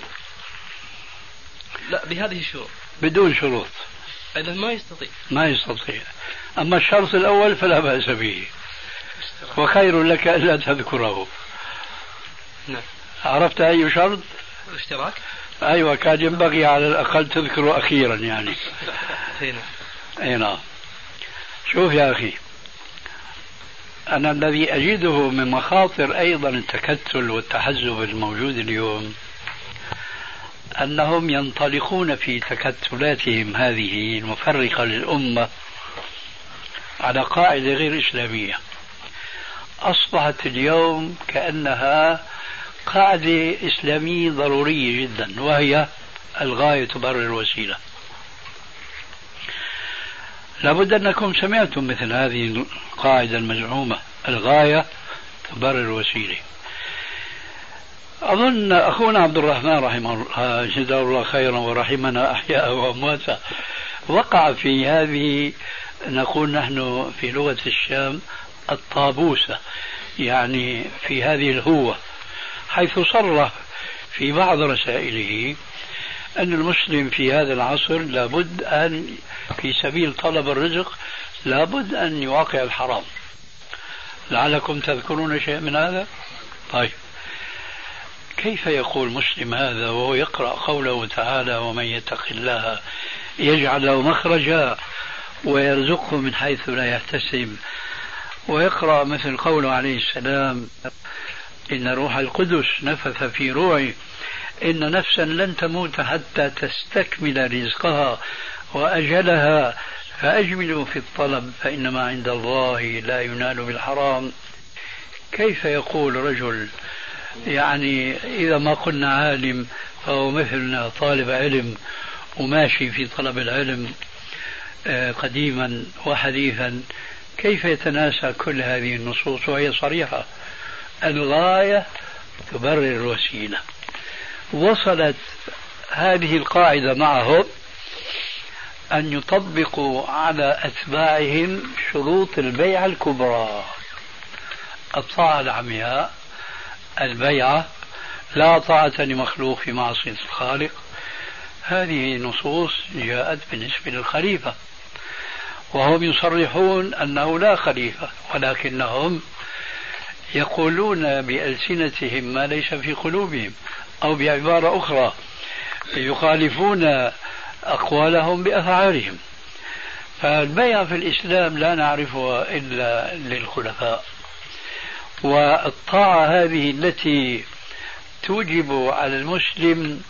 لا، بهذه الشروط. بدون شروط إذا ما يستطيع. أما الشرط الأول فلا بأس به، وخير لك ألا تذكره. نعم. عرفت أي شرط؟ الاشتراك. أيوة، كان ينبغي على الأقل تذكره أخيرا يعني. نعم. شوف يا أخي، أنا الذي أجده من مخاطر أيضا التكتل والتحزب الموجود اليوم أنهم ينطلقون في تكتلاتهم هذه المفرقة للأمة على قاعدة غير إسلامية، أصبحت اليوم كأنها قاعدة إسلامية ضرورية جدا، وهي الغاية تبرر الوسيلة. لابد أنكم سمعتم مثل هذه القاعدة المزعومة، الغاية تبرر الوسيلة. أظن أخونا عبد الرحمن رحمه الله جزاه الله خيرا ورحمنا أحياء وأمواتا وقع في هذه، نقول نحن في لغة الشام الطابوسة، يعني في هذه الهوة، حيث صرح في بعض رسائله أن المسلم في هذا العصر لابد أن في سبيل طلب الرزق لابد أن يواقع الحرام. لعلكم تذكرون شيء من هذا؟ طيب، كيف يقول مسلم هذا وهو يقرأ قوله تعالى ومن يتق الله يجعل له مخرجا ويرزقه من حيث لا يحتسب، ويقرأ مثل قوله عليه السلام إن روح القدس نفث في روعي إن نفسا لن تموت حتى تستكمل رزقها وأجلها فأجملوا في الطلب فإنما عند الله لا ينال بالحرام. كيف يقول رجل يعني إذا ما قلنا عالم فهو مثلنا طالب علم وماشي في طلب العلم قديما وحديثا، كيف يتناسى كل هذه النصوص وهي صريحة؟ الغاية تبرر الوسيلة. وصلت هذه القاعدة معهم أن يطبقوا على أتباعهم شروط البيعة الكبرى: الطاعة العمياء، البيعة، لا طاعة لمخلوق في معصية الخالق. هذه نصوص جاءت بالنسبة للخليفة، وهم يصرحون أنه لا خليفة، ولكنهم يقولون بألسنتهم ما ليس في قلوبهم، أو بعبارة أخرى يخالفون أقوالهم بأفعالهم. فالبيعة في الإسلام لا نعرفها إلا للخلفاء، والطاعة هذه التي توجب على المسلم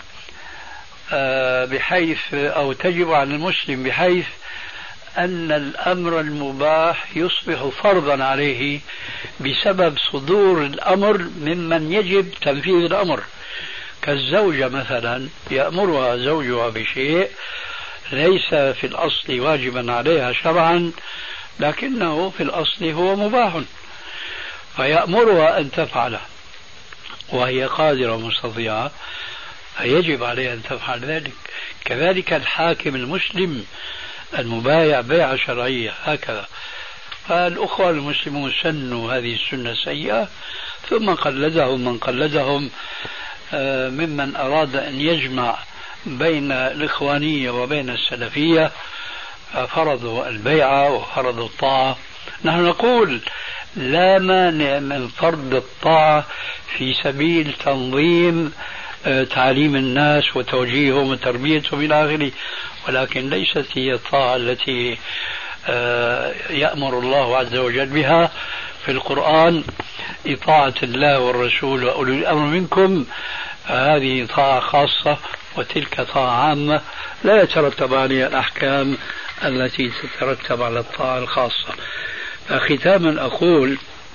بحيث أو تجب على المسلم بحيث أن الأمر المباح يصبح فرضا عليه بسبب صدور الأمر ممن يجب تنفيذ الأمر، كالزوجة مثلا يأمرها زوجها بشيء ليس في الأصل واجبا عليها شرعا، لكنه في الأصل هو مباح، فيأمرها أن تفعله وهي قادرة مستطيعة، فيجب عليها أن تفعل ذلك. كذلك الحاكم المسلم المبايع بيعة شرعية هكذا. فالأخوة المسلمون سنوا هذه السنة السيئة، ثم قلدهم من قلدهم ممن أراد أن يجمع بين الإخوانية وبين السلفية، فرضوا البيعة وفرضوا الطاعة. نحن نقول لا مانع من فرض الطاعة في سبيل تنظيم تعليم الناس وتوجيههم وتربيتهم إلى آخره، ولكن ليست هي الطاعة التي يأمر الله عز وجل بها في القرآن. إطاعة الله والرسول وأولي الأمر منكم، هذه طاعة خاصة، وتلك طاعة عامة لا يترتب عليها الأحكام التي تترتب على الطاعة الخاصة. فختاما أقول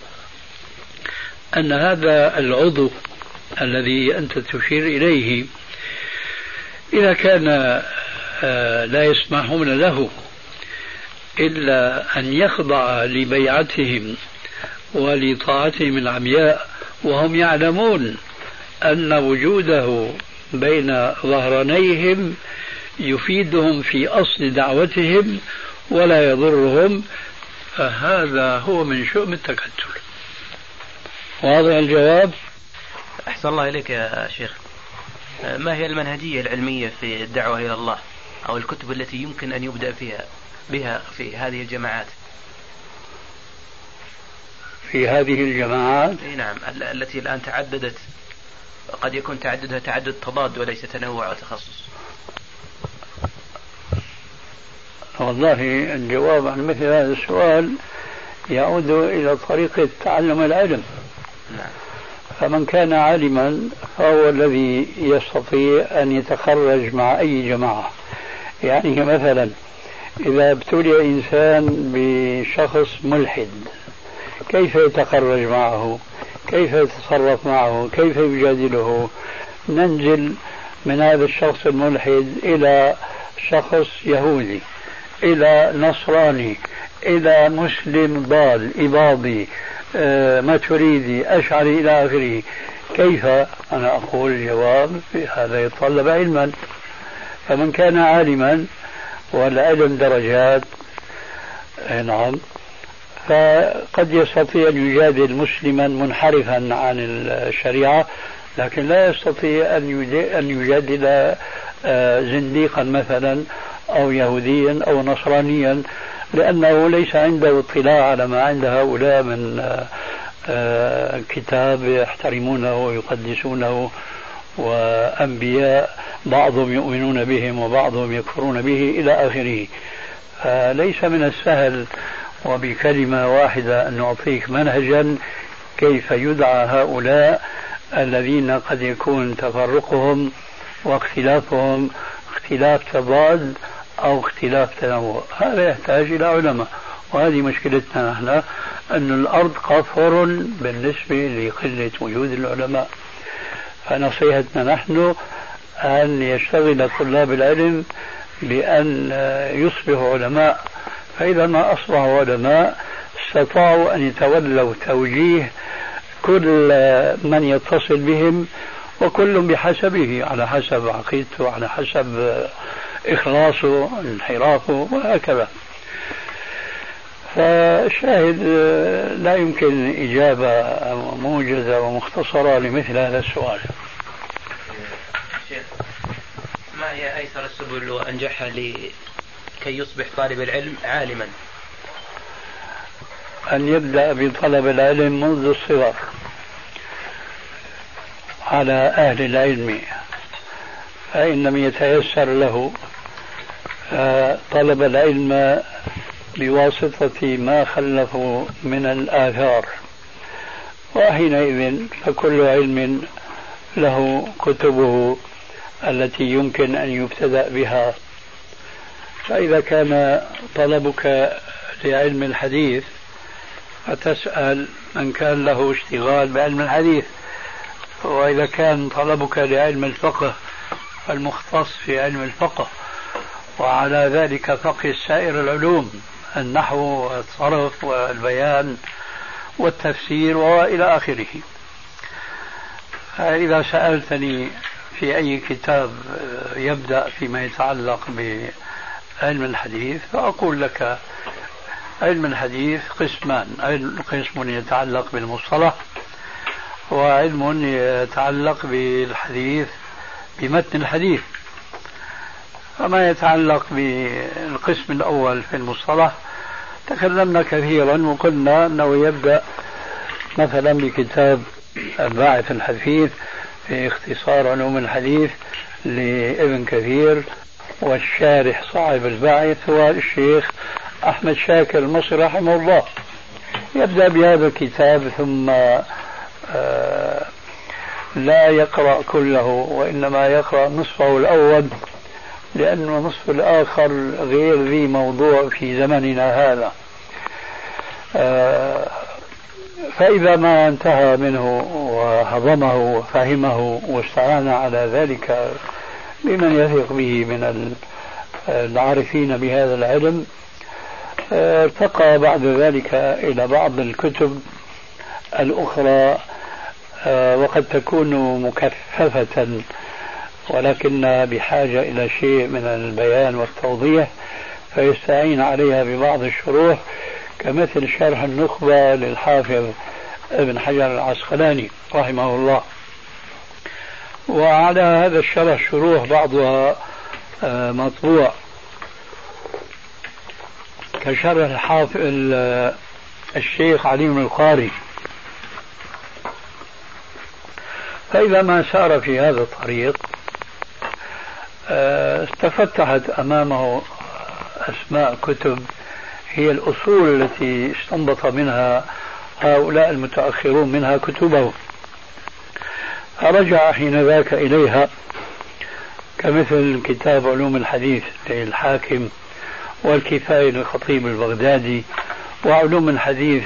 أن هذا العضو الذي أنت تشير إليه إذا كان لا يسمحون له إلا أن يخضع لبيعتهم ولطاعتهم العمياء، وهم يعلمون أن وجوده بين ظهرانيهم يفيدهم في أصل دعوتهم ولا يضرهم، فهذا هو من شؤم التكتل. واضح الجواب؟ أحسن الله إليك يا شيخ. ما هي المنهجية العلمية في الدعوة إلى الله، أو الكتب التي يمكن أن يبدأ بها في هذه الجماعات؟ في هذه الجماعات؟ نعم، التي الآن تعددت، قد يكون تعددها تعدد تضاد وليس تنوع وتخصص. والله الجواب عن مثل هذا السؤال يعود إلى طريقة تعلم العلم. نعم. فمن كان عالما فهو الذي يستطيع أن يتخرج مع أي جماعة. يعني مثلا إذا ابتلي إنسان بشخص ملحد، كيف يتخرج معه؟ كيف يتصرف معه؟ كيف يجادله؟ ننزل من هذا الشخص الملحد إلى شخص يهودي، إلى نصراني، إلى مسلم ضال إباضي ماتريدي أشعري إلى آخره. كيف؟ أنا أقول الجواب هذا يتطلب علما. فمن كان عالما، والعلم درجات، نعم، فقد يستطيع أن يجادل مسلما منحرفا عن الشريعة، لكن لا يستطيع أن يجادل زنديقا مثلا أو يهوديا أو نصرانيا، لأنه ليس عنده اطلاع على ما عند هؤلاء من كتاب يحترمونه ويقدسونه، وأنبياء بعضهم يؤمنون بهم وبعضهم يكفرون به إلى آخره. ليس من السهل وبكلمة واحدة أن نعطيك منهجا كيف يدعى هؤلاء الذين قد يكون تفرقهم واختلافهم اختلاف تضاد أو اختلاف تنوع. هذا يحتاج إلى علماء، وهذه مشكلتنا نحن، أن الأرض قفر بالنسبة لقلة وجود العلماء. فنصيحتنا نحن أن يشتغل طلاب العلم بأن يصبحوا علماء، فإذا ما أصبحوا علماء استطاعوا أن يتولوا توجيه كل من يتصل بهم، وكل بحسبه، على حسب عقيدته، على حسب إخلاصه، انحرافه، وهكذا. فالشاهد لا يمكن إجابة موجزة ومختصرة لمثل هذا السؤال. ما هي أيسر السبل وأنجحها لكي يصبح طالب العلم عالما؟ أن يبدأ بطلب العلم منذ الصغر على أهل العلم، فإن لم يتيسر له طلب العلم بواسطة ما خلفوا من الآثار، وحينئذ فكل علم له كتبه التي يمكن أن يبتدأ بها. فإذا كان طلبك لعلم الحديث فتسأل من كان له اشتغال بعلم الحديث، وإذا كان طلبك لعلم الفقه فالمختص في علم الفقه، وعلى ذلك فقه سائر العلوم النحو والصرف والبيان والتفسير وإلى آخره. إذا سألتني في أي كتاب يبدأ فيما يتعلق بعلم الحديث فأقول لك علم الحديث قسمان: قسم يتعلق بالمصطلح، وعلم يتعلق بالحديث بمتن الحديث. فما يتعلق بالقسم الأول في المصطلح تكلمنا كثيرا وقلنا أنه يبدأ مثلا بكتاب الباعث الحثيث في اختصار علوم الحديث لابن كثير، والشارح صاحب الباعث هو الشيخ أحمد شاكر المصري رحمه الله. يبدأ بهذا الكتاب ثم لا يقرأ كله وإنما يقرأ نصفه الأول، لأن النصف الآخر غير ذي موضوع في زمننا هذا. فإذا ما انتهى منه وهضمه وفهمه واستعان على ذلك بمن يثق به من العارفين بهذا العلم، ارتقى بعد ذلك إلى بعض الكتب الأخرى، وقد تكون مكثفة ولكنها بحاجة إلى شيء من البيان والتوضيح، فيستعين عليها ببعض الشروح كمثل شرح النخبة للحافظ ابن حجر العسقلاني رحمه الله. وعلى هذا الشرح شروح بعضها مطبوع كشرح الحافظ الشيخ علي بن القاري. فإذا ما سار في هذا الطريق استفتحت أمامه أسماء كتب هي الأصول التي استنبط منها هؤلاء المتأخرون منها كتبه، فرجع حين ذاك إليها كمثل كتاب علوم الحديث للحاكم، والكفاية للخطيب البغدادي، وعلوم الحديث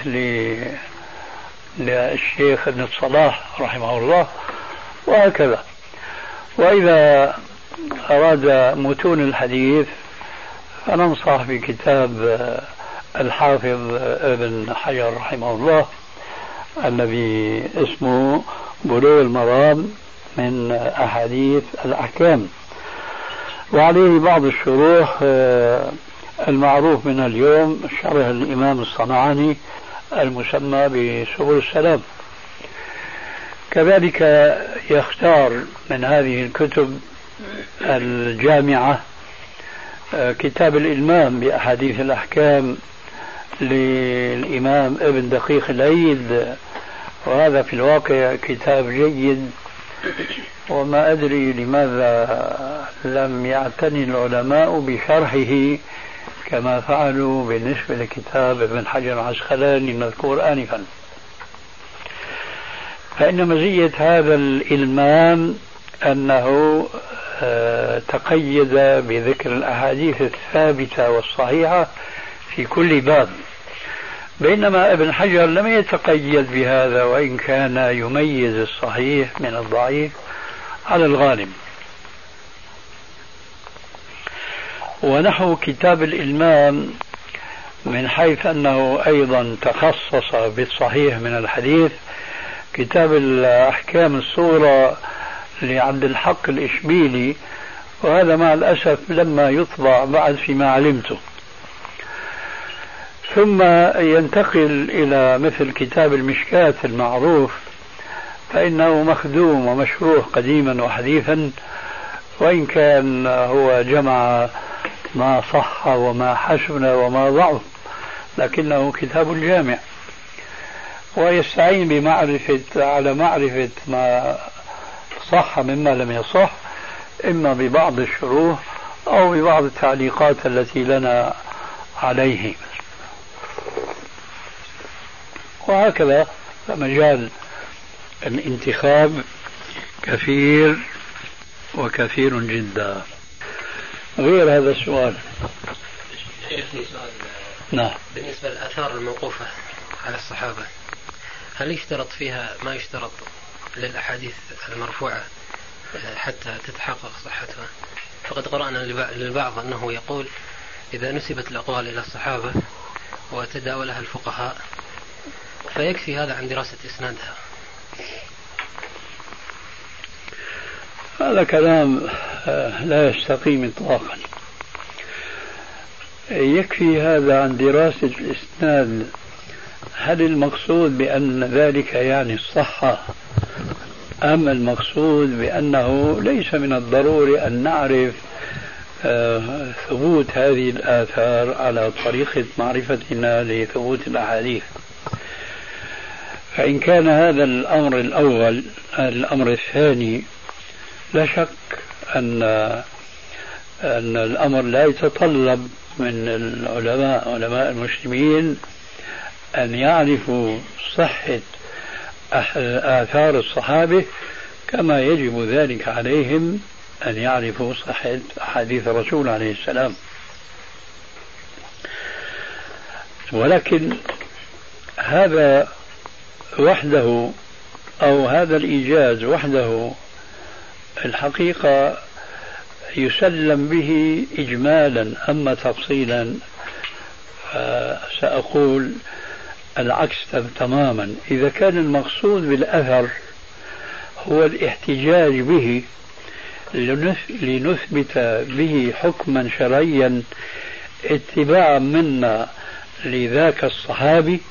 للشيخ ابن الصلاح رحمه الله، وهكذا. وإذا أراد متون الحديث فننصح بكتاب الحافظ ابن حجر رحمه الله الذي اسمه بلوغ المرام من أحاديث الأحكام، وعليه بعض الشروح المعروف منها اليوم شرح الإمام الصنعاني المسمى بسبل السلام. كذلك يختار من هذه الكتب الجامعة كتاب الإلمام بأحاديث الأحكام للإمام ابن دقيق العيد، وهذا في الواقع كتاب جيد، وما أدري لماذا لم يعتني العلماء بشرحه كما فعلوا بالنسبة لكتاب ابن حجر العسقلاني المذكور آنفا. فإن مزية هذا الإلمام أنه تقيد بذكر الأحاديث الثابتة والصحيحة في كل باب، بينما ابن حجر لم يتقيد بهذا، وإن كان يميز الصحيح من الضعيف على الغالب. ونحو كتاب الإلمام من حيث أنه أيضا تخصص بالصحيح من الحديث كتاب الأحكام الصغرى لعبد الحق الإشبيلي، وهذا مع الأسف لما يطبع بعد فيما علمته. ثم ينتقل إلى مثل كتاب المشكاة المعروف، فإنه مخدوم ومشروح قديما وحديثا، وإن كان هو جمع ما صح وما حسن وما ضعف، لكنه كتاب جامع، ويستعين على معرفة ما صح مما لم يصح، إما ببعض الشروح أو ببعض التعليقات التي لنا عليه. وهكذا مجال الانتخاب كثير وكثير جدا. غير هذا السؤال. نعم. بالنسبة للآثار الموقوفة على الصحابة، هل يشترط فيها ما يشترط للأحاديث المرفوعة حتى تتحقق صحتها؟ فقد قرأنا للبعض أنه يقول إذا نسبت الأقوال إلى الصحابة وتداولها الفقهاء، فيكفي هذا عن دراسة إسنادها. هذا كلام لا يستقيم إطلاقا. يكفي هذا عن دراسة الإسناد. هل المقصود بأن ذلك يعني الصحة، أم المقصود بأنه ليس من الضروري أن نعرف ثبوت هذه الآثار على طريقة معرفتنا لثبوت الأحاديث؟ فإن كان هذا الأمر الأول، الأمر الثاني لا شك أن الأمر لا يتطلب من العلماء، علماء المسلمين، أن يعرفوا صحة آثار الصحابة كما يجب ذلك عليهم أن يعرفوا صحة أحاديث الرسول عليه السلام. ولكن هذا وحده أو هذا الإيجاز وحده الحقيقة يسلم به إجمالا، أما تفصيلا سأقول العكس تماما. إذا كان المقصود بالأثر هو الاحتجاج به لنثبت به حكما شرعيا اتباعا منا لذاك الصحابي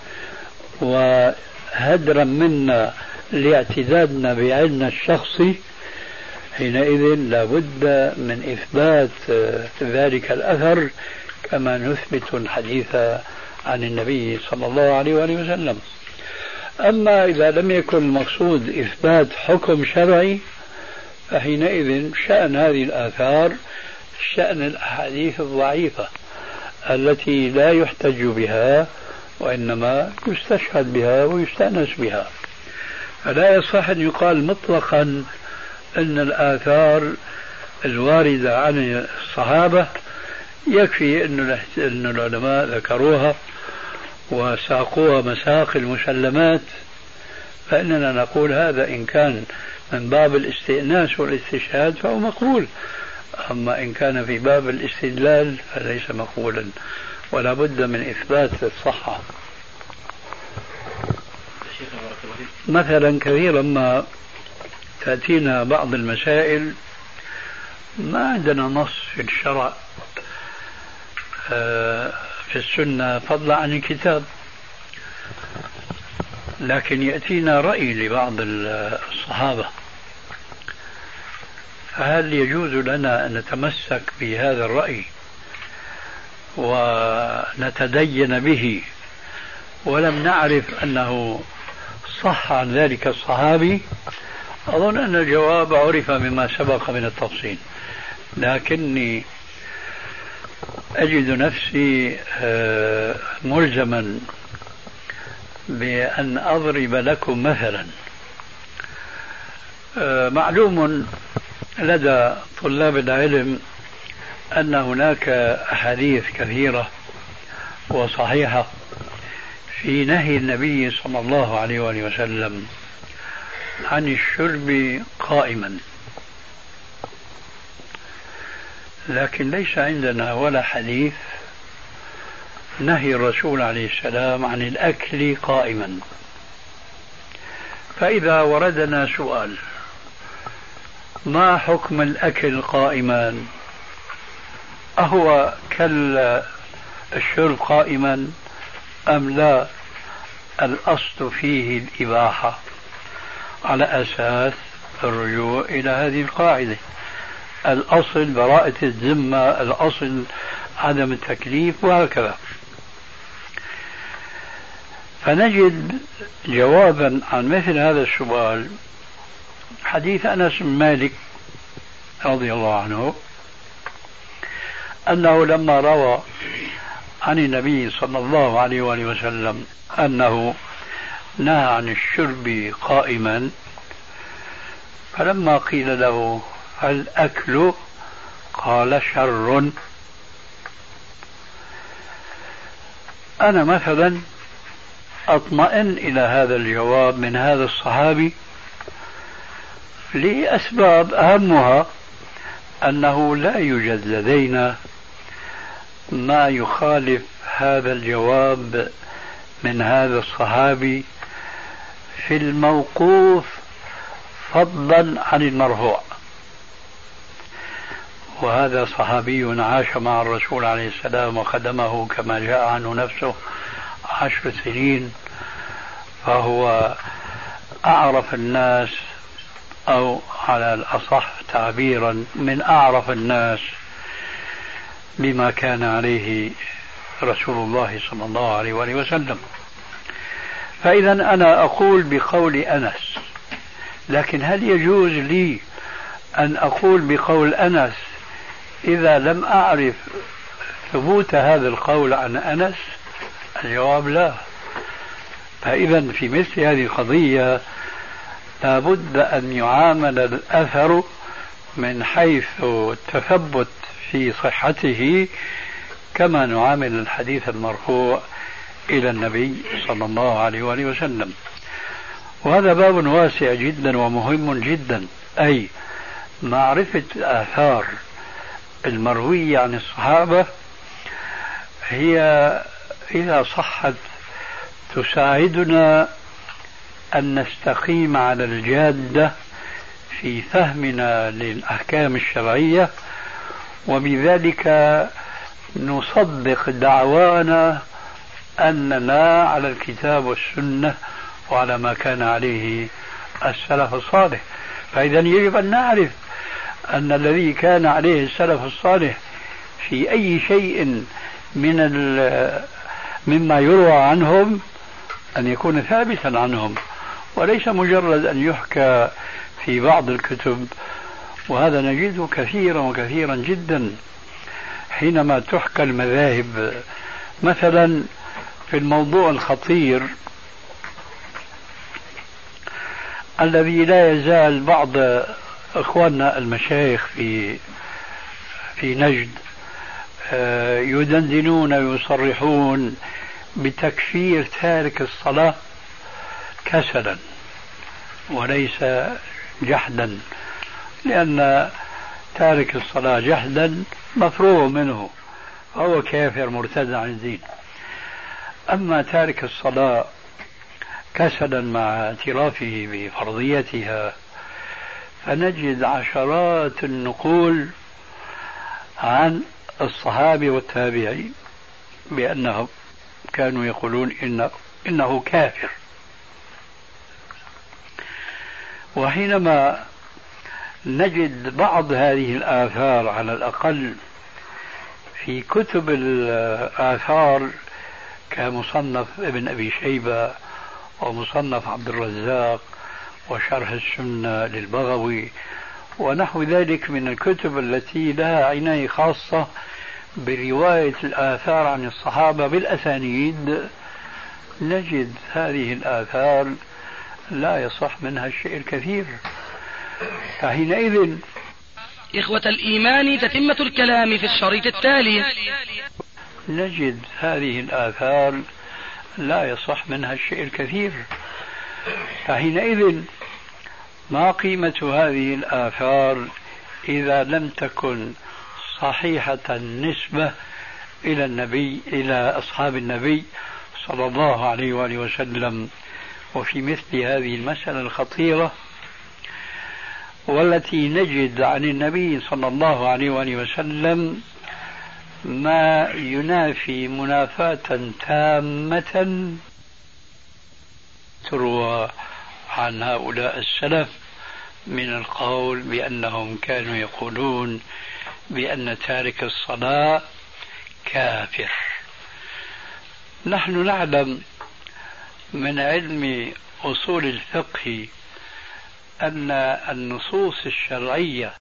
وهدرا منا لاعتدادنا بعلمنا الشخصي، حينئذ لابد من إثبات ذلك الأثر كما نثبت الحديث عن النبي صلى الله عليه وآله وسلم. أما إذا لم يكن المقصود إثبات حكم شرعي فحينئذ شأن هذه الآثار شأن الأحاديث الضعيفة التي لا يحتج بها وإنما يستشهد بها ويستأنس بها. فلا يصح أن يقال مطلقا أن الآثار الواردة عن الصحابة يكفي أن العلماء ذكروها وساقوها مساق المسلمات، فإننا نقول هذا إن كان من باب الاستئناس والاستشهاد فهو مقبول، أما إن كان في باب الاستدلال فليس مقبولا، ولا بد من إثبات الصحة. مثلا كثيرا ما تأتينا بعض المسائل ما عندنا نص في الشرع في السنة فضلا عن الكتاب، لكن يأتينا رأي لبعض الصحابة، فهل يجوز لنا أن نتمسك بهذا الرأي ونتدين به ولم نعرف أنه صح عن ذلك الصحابي؟ أظن أن الجواب عرف مما سبق من التفصيل، لكني أجد نفسي ملزما بأن أضرب لكم مثلا. معلوم لدى طلاب العلم أن هناك أحاديث كثيرة وصحيحة في نهي النبي صلى الله عليه وآله وسلم عن الشرب قائما، لكن ليس عندنا ولا حديث نهي الرسول عليه السلام عن الأكل قائما. فإذا وردنا سؤال ما حكم الأكل قائما، أهو كالشرب قائما أم لا؟ الأصل فيه الإباحة على أساس الرجوع إلى هذه القاعدة، الأصل براءة الذمة، الأصل عدم التكليف، وهكذا. فنجد جوابا عن مثل هذا السؤال حديث أنس بن مالك رضي الله عنه أنه لما روى عن النبي صلى الله عليه وآله وسلم أنه نهى عن الشرب قائما، فلما قيل له هل أكل قال شر. أنا مثلا أطمئن إلى هذا الجواب من هذا الصحابي لأسباب أهمها أنه لا يوجد لدينا ما يخالف هذا الجواب من هذا الصحابي في الموقوف فضلا عن المرفوع، وهذا صحابي عاش مع الرسول عليه السلام وخدمه كما جاء عنه نفسه 10 سنين، فهو أعرف الناس، أو على الأصح تعبيرا من أعرف الناس بما كان عليه رسول الله صلى الله عليه وآله وسلم. فإذا أنا أقول بقول أنس، لكن هل يجوز لي أن أقول بقول أنس إذا لم أعرف ثبوت هذا القول عن أنس؟ الجواب لا. فإذا في مثل هذه القضية لابد أن يعامل الأثر من حيث التثبت في صحته كما نعامل الحديث المرفوع إلى النبي صلى الله عليه وآله وسلم. وهذا باب واسع جدا ومهم جدا، أي معرفة الآثار المروية عن الصحابة هي إذا صحت تساعدنا أن نستقيم على الجادة في فهمنا للأحكام الشرعية، وبذلك نصدق دعوانا أننا على الكتاب والسنة وعلى ما كان عليه السلف الصالح. فإذا يجب أن نعرف أن الذي كان عليه السلف الصالح في أي شيء مما يروى عنهم أن يكون ثابتا عنهم، وليس مجرد أن يحكى في بعض الكتب. وهذا نجده كثيرا وكثيرا جدا حينما تحكى المذاهب. مثلا في الموضوع الخطير الذي لا يزال بعض إخواننا المشايخ في نجد يدندنون ويصرحون بتكفير تارك الصلاة كسلا وليس جحدا، لأن تارك الصلاة جحدا مفروغ منه فهو كافر مرتد عن الدين. أما تارك الصلاة كسلا مع اعترافه بفرضيتها فنجد عشرات النقول عن الصحابة والتابعين بأنهم كانوا يقولون إنه كافر. وحينما نجد بعض هذه الآثار على الأقل في كتب الآثار كمصنف ابن أبي شيبة ومصنف عبد الرزاق وشرح السنة للبغوي ونحو ذلك من الكتب التي لها عناية خاصة برواية الآثار عن الصحابة بالأسانيد، نجد هذه الآثار لا يصح منها الشيء الكثير. فحينئذ إخوة الإيمان تتمة الكلام في الشريط التالي. نجد هذه الآثار لا يصح منها الشيء الكثير. فحينئذ ما قيمة هذه الآثار إذا لم تكن صحيحة النسبة إلى النبي، إلى أصحاب النبي صلى الله عليه وآله وسلم؟ وفي مثل هذه المسألة الخطيرة والتي نجد عن النبي صلى الله عليه وآله وسلم ما ينافي منافاة تامة تروى عن هؤلاء السلف من القول بأنهم كانوا يقولون بأن تارك الصلاة كافر. نحن نعلم من علم أصول الفقه أن النصوص الشرعية